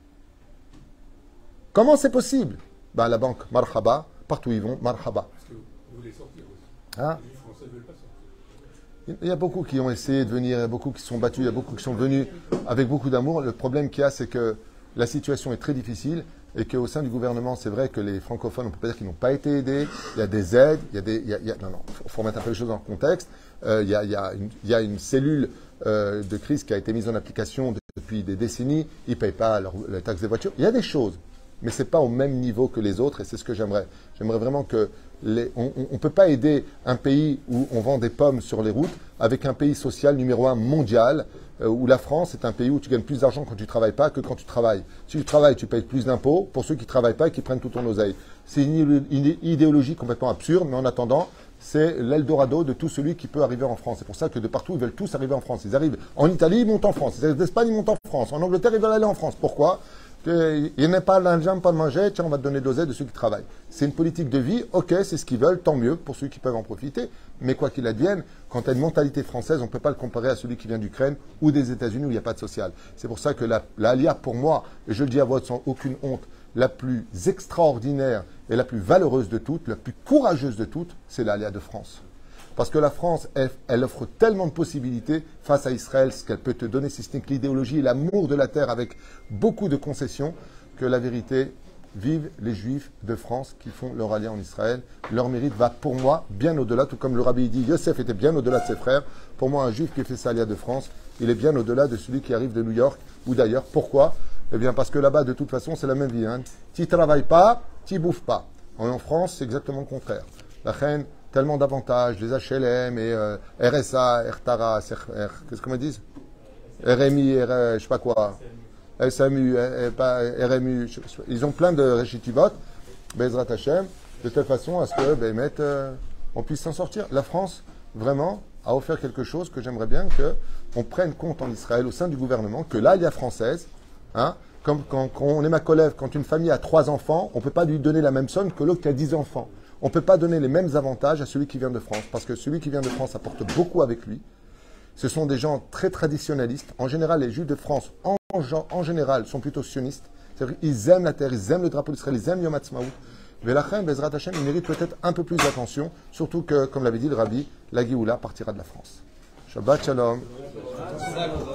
Comment c'est possible? Ben, à la banque, marhaba, partout où ils vont, marhaba. Parce que vous voulez sortir aussi. Hein? Les Français ne veulent pas sortir. Il y a beaucoup qui ont essayé de venir, il y a beaucoup qui se sont battus, il y a beaucoup qui sont venus avec beaucoup d'amour. Le problème qu'il y a, c'est que la situation est très difficile et qu'au sein du gouvernement, c'est vrai que les francophones, on ne peut pas dire qu'ils n'ont pas été aidés. Il y a des aides, il y a des... Il y a, il y a, non, non, il faut remettre un peu les choses dans le contexte. Euh, il, y a, il, y a une, il y a une cellule euh, de crise qui a été mise en application depuis des décennies. Ils ne payent pas leur, la taxe des voitures. Il y a des choses, mais ce n'est pas au même niveau que les autres et c'est ce que j'aimerais. J'aimerais vraiment que... Les, on ne peut pas aider un pays où on vend des pommes sur les routes avec un pays social numéro un mondial euh, où la France est un pays où tu gagnes plus d'argent quand tu ne travailles pas que quand tu travailles. Si tu travailles, tu payes plus d'impôts pour ceux qui ne travaillent pas et qui prennent tout ton oseille. C'est une, une idéologie complètement absurde, mais en attendant, c'est l'Eldorado de tout celui qui peut arriver en France. C'est pour ça que de partout, ils veulent tous arriver en France. Ils arrivent en Italie, ils montent en France. Ils arrivent d'Espagne, ils montent en France. En Angleterre, ils veulent aller en France. Pourquoi? Il n'y a pas l'argent, pas de manger, tiens, on va te donner de l'oseille de ceux qui travaillent. C'est une politique de vie, ok, c'est ce qu'ils veulent, tant mieux pour ceux qui peuvent en profiter. Mais quoi qu'il advienne, quand tu as une mentalité française, on ne peut pas le comparer à celui qui vient d'Ukraine ou des États-Unis où il n'y a pas de social. C'est pour ça que la, la Aliyah, pour moi, et je le dis à voix sans aucune honte, la plus extraordinaire et la plus valeureuse de toutes, la plus courageuse de toutes, c'est la Aliyah de France. Parce que la France, elle, elle offre tellement de possibilités face à Israël, ce qu'elle peut te donner, si ce n'est que l'idéologie et l'amour de la terre avec beaucoup de concessions, que la vérité, vivent les Juifs de France qui font leur alliance en Israël. Leur mérite va pour moi bien au-delà, tout comme le rabbi dit, Yosef était bien au-delà de ses frères. Pour moi, un Juif qui fait sa alliance de France, il est bien au-delà de celui qui arrive de New York ou d'ailleurs. Pourquoi? Eh bien parce que là-bas, de toute façon, c'est la même vie. Hein. Tu ne travailles pas, tu ne bouffes pas. En France, c'est exactement le contraire. La reine, tellement d'avantages, les H L M et euh, R S A, R T A R A, R, qu'est-ce qu'on me dit? R M I, R, je sais pas quoi, S M U, pas R M U, je, je, ils ont plein de réchitivot, Bezrat Hashem, de telle façon à ce que ben, mettre, euh, on puisse s'en sortir. La France, vraiment, a offert quelque chose que j'aimerais bien qu'on prenne compte en Israël, au sein du gouvernement, que l'Aliyah française, hein, comme quand, quand on est ma collègue, quand une famille a trois enfants, on ne peut pas lui donner la même somme que l'autre qui a dix enfants. On ne peut pas donner les mêmes avantages à celui qui vient de France, parce que celui qui vient de France apporte beaucoup avec lui. Ce sont des gens très traditionnalistes. En général, les Juifs de France, en, en général, sont plutôt sionistes. C'est-à-dire qu'ils aiment la terre, ils aiment le drapeau d'Israël, ils aiment Yom Ha'atzmaut. Velachem, Bezrat Hashem, ils méritent peut-être un peu plus d'attention, surtout que, comme l'avait dit le Rabbi, la Géoula partira de la France. Shabbat Shalom.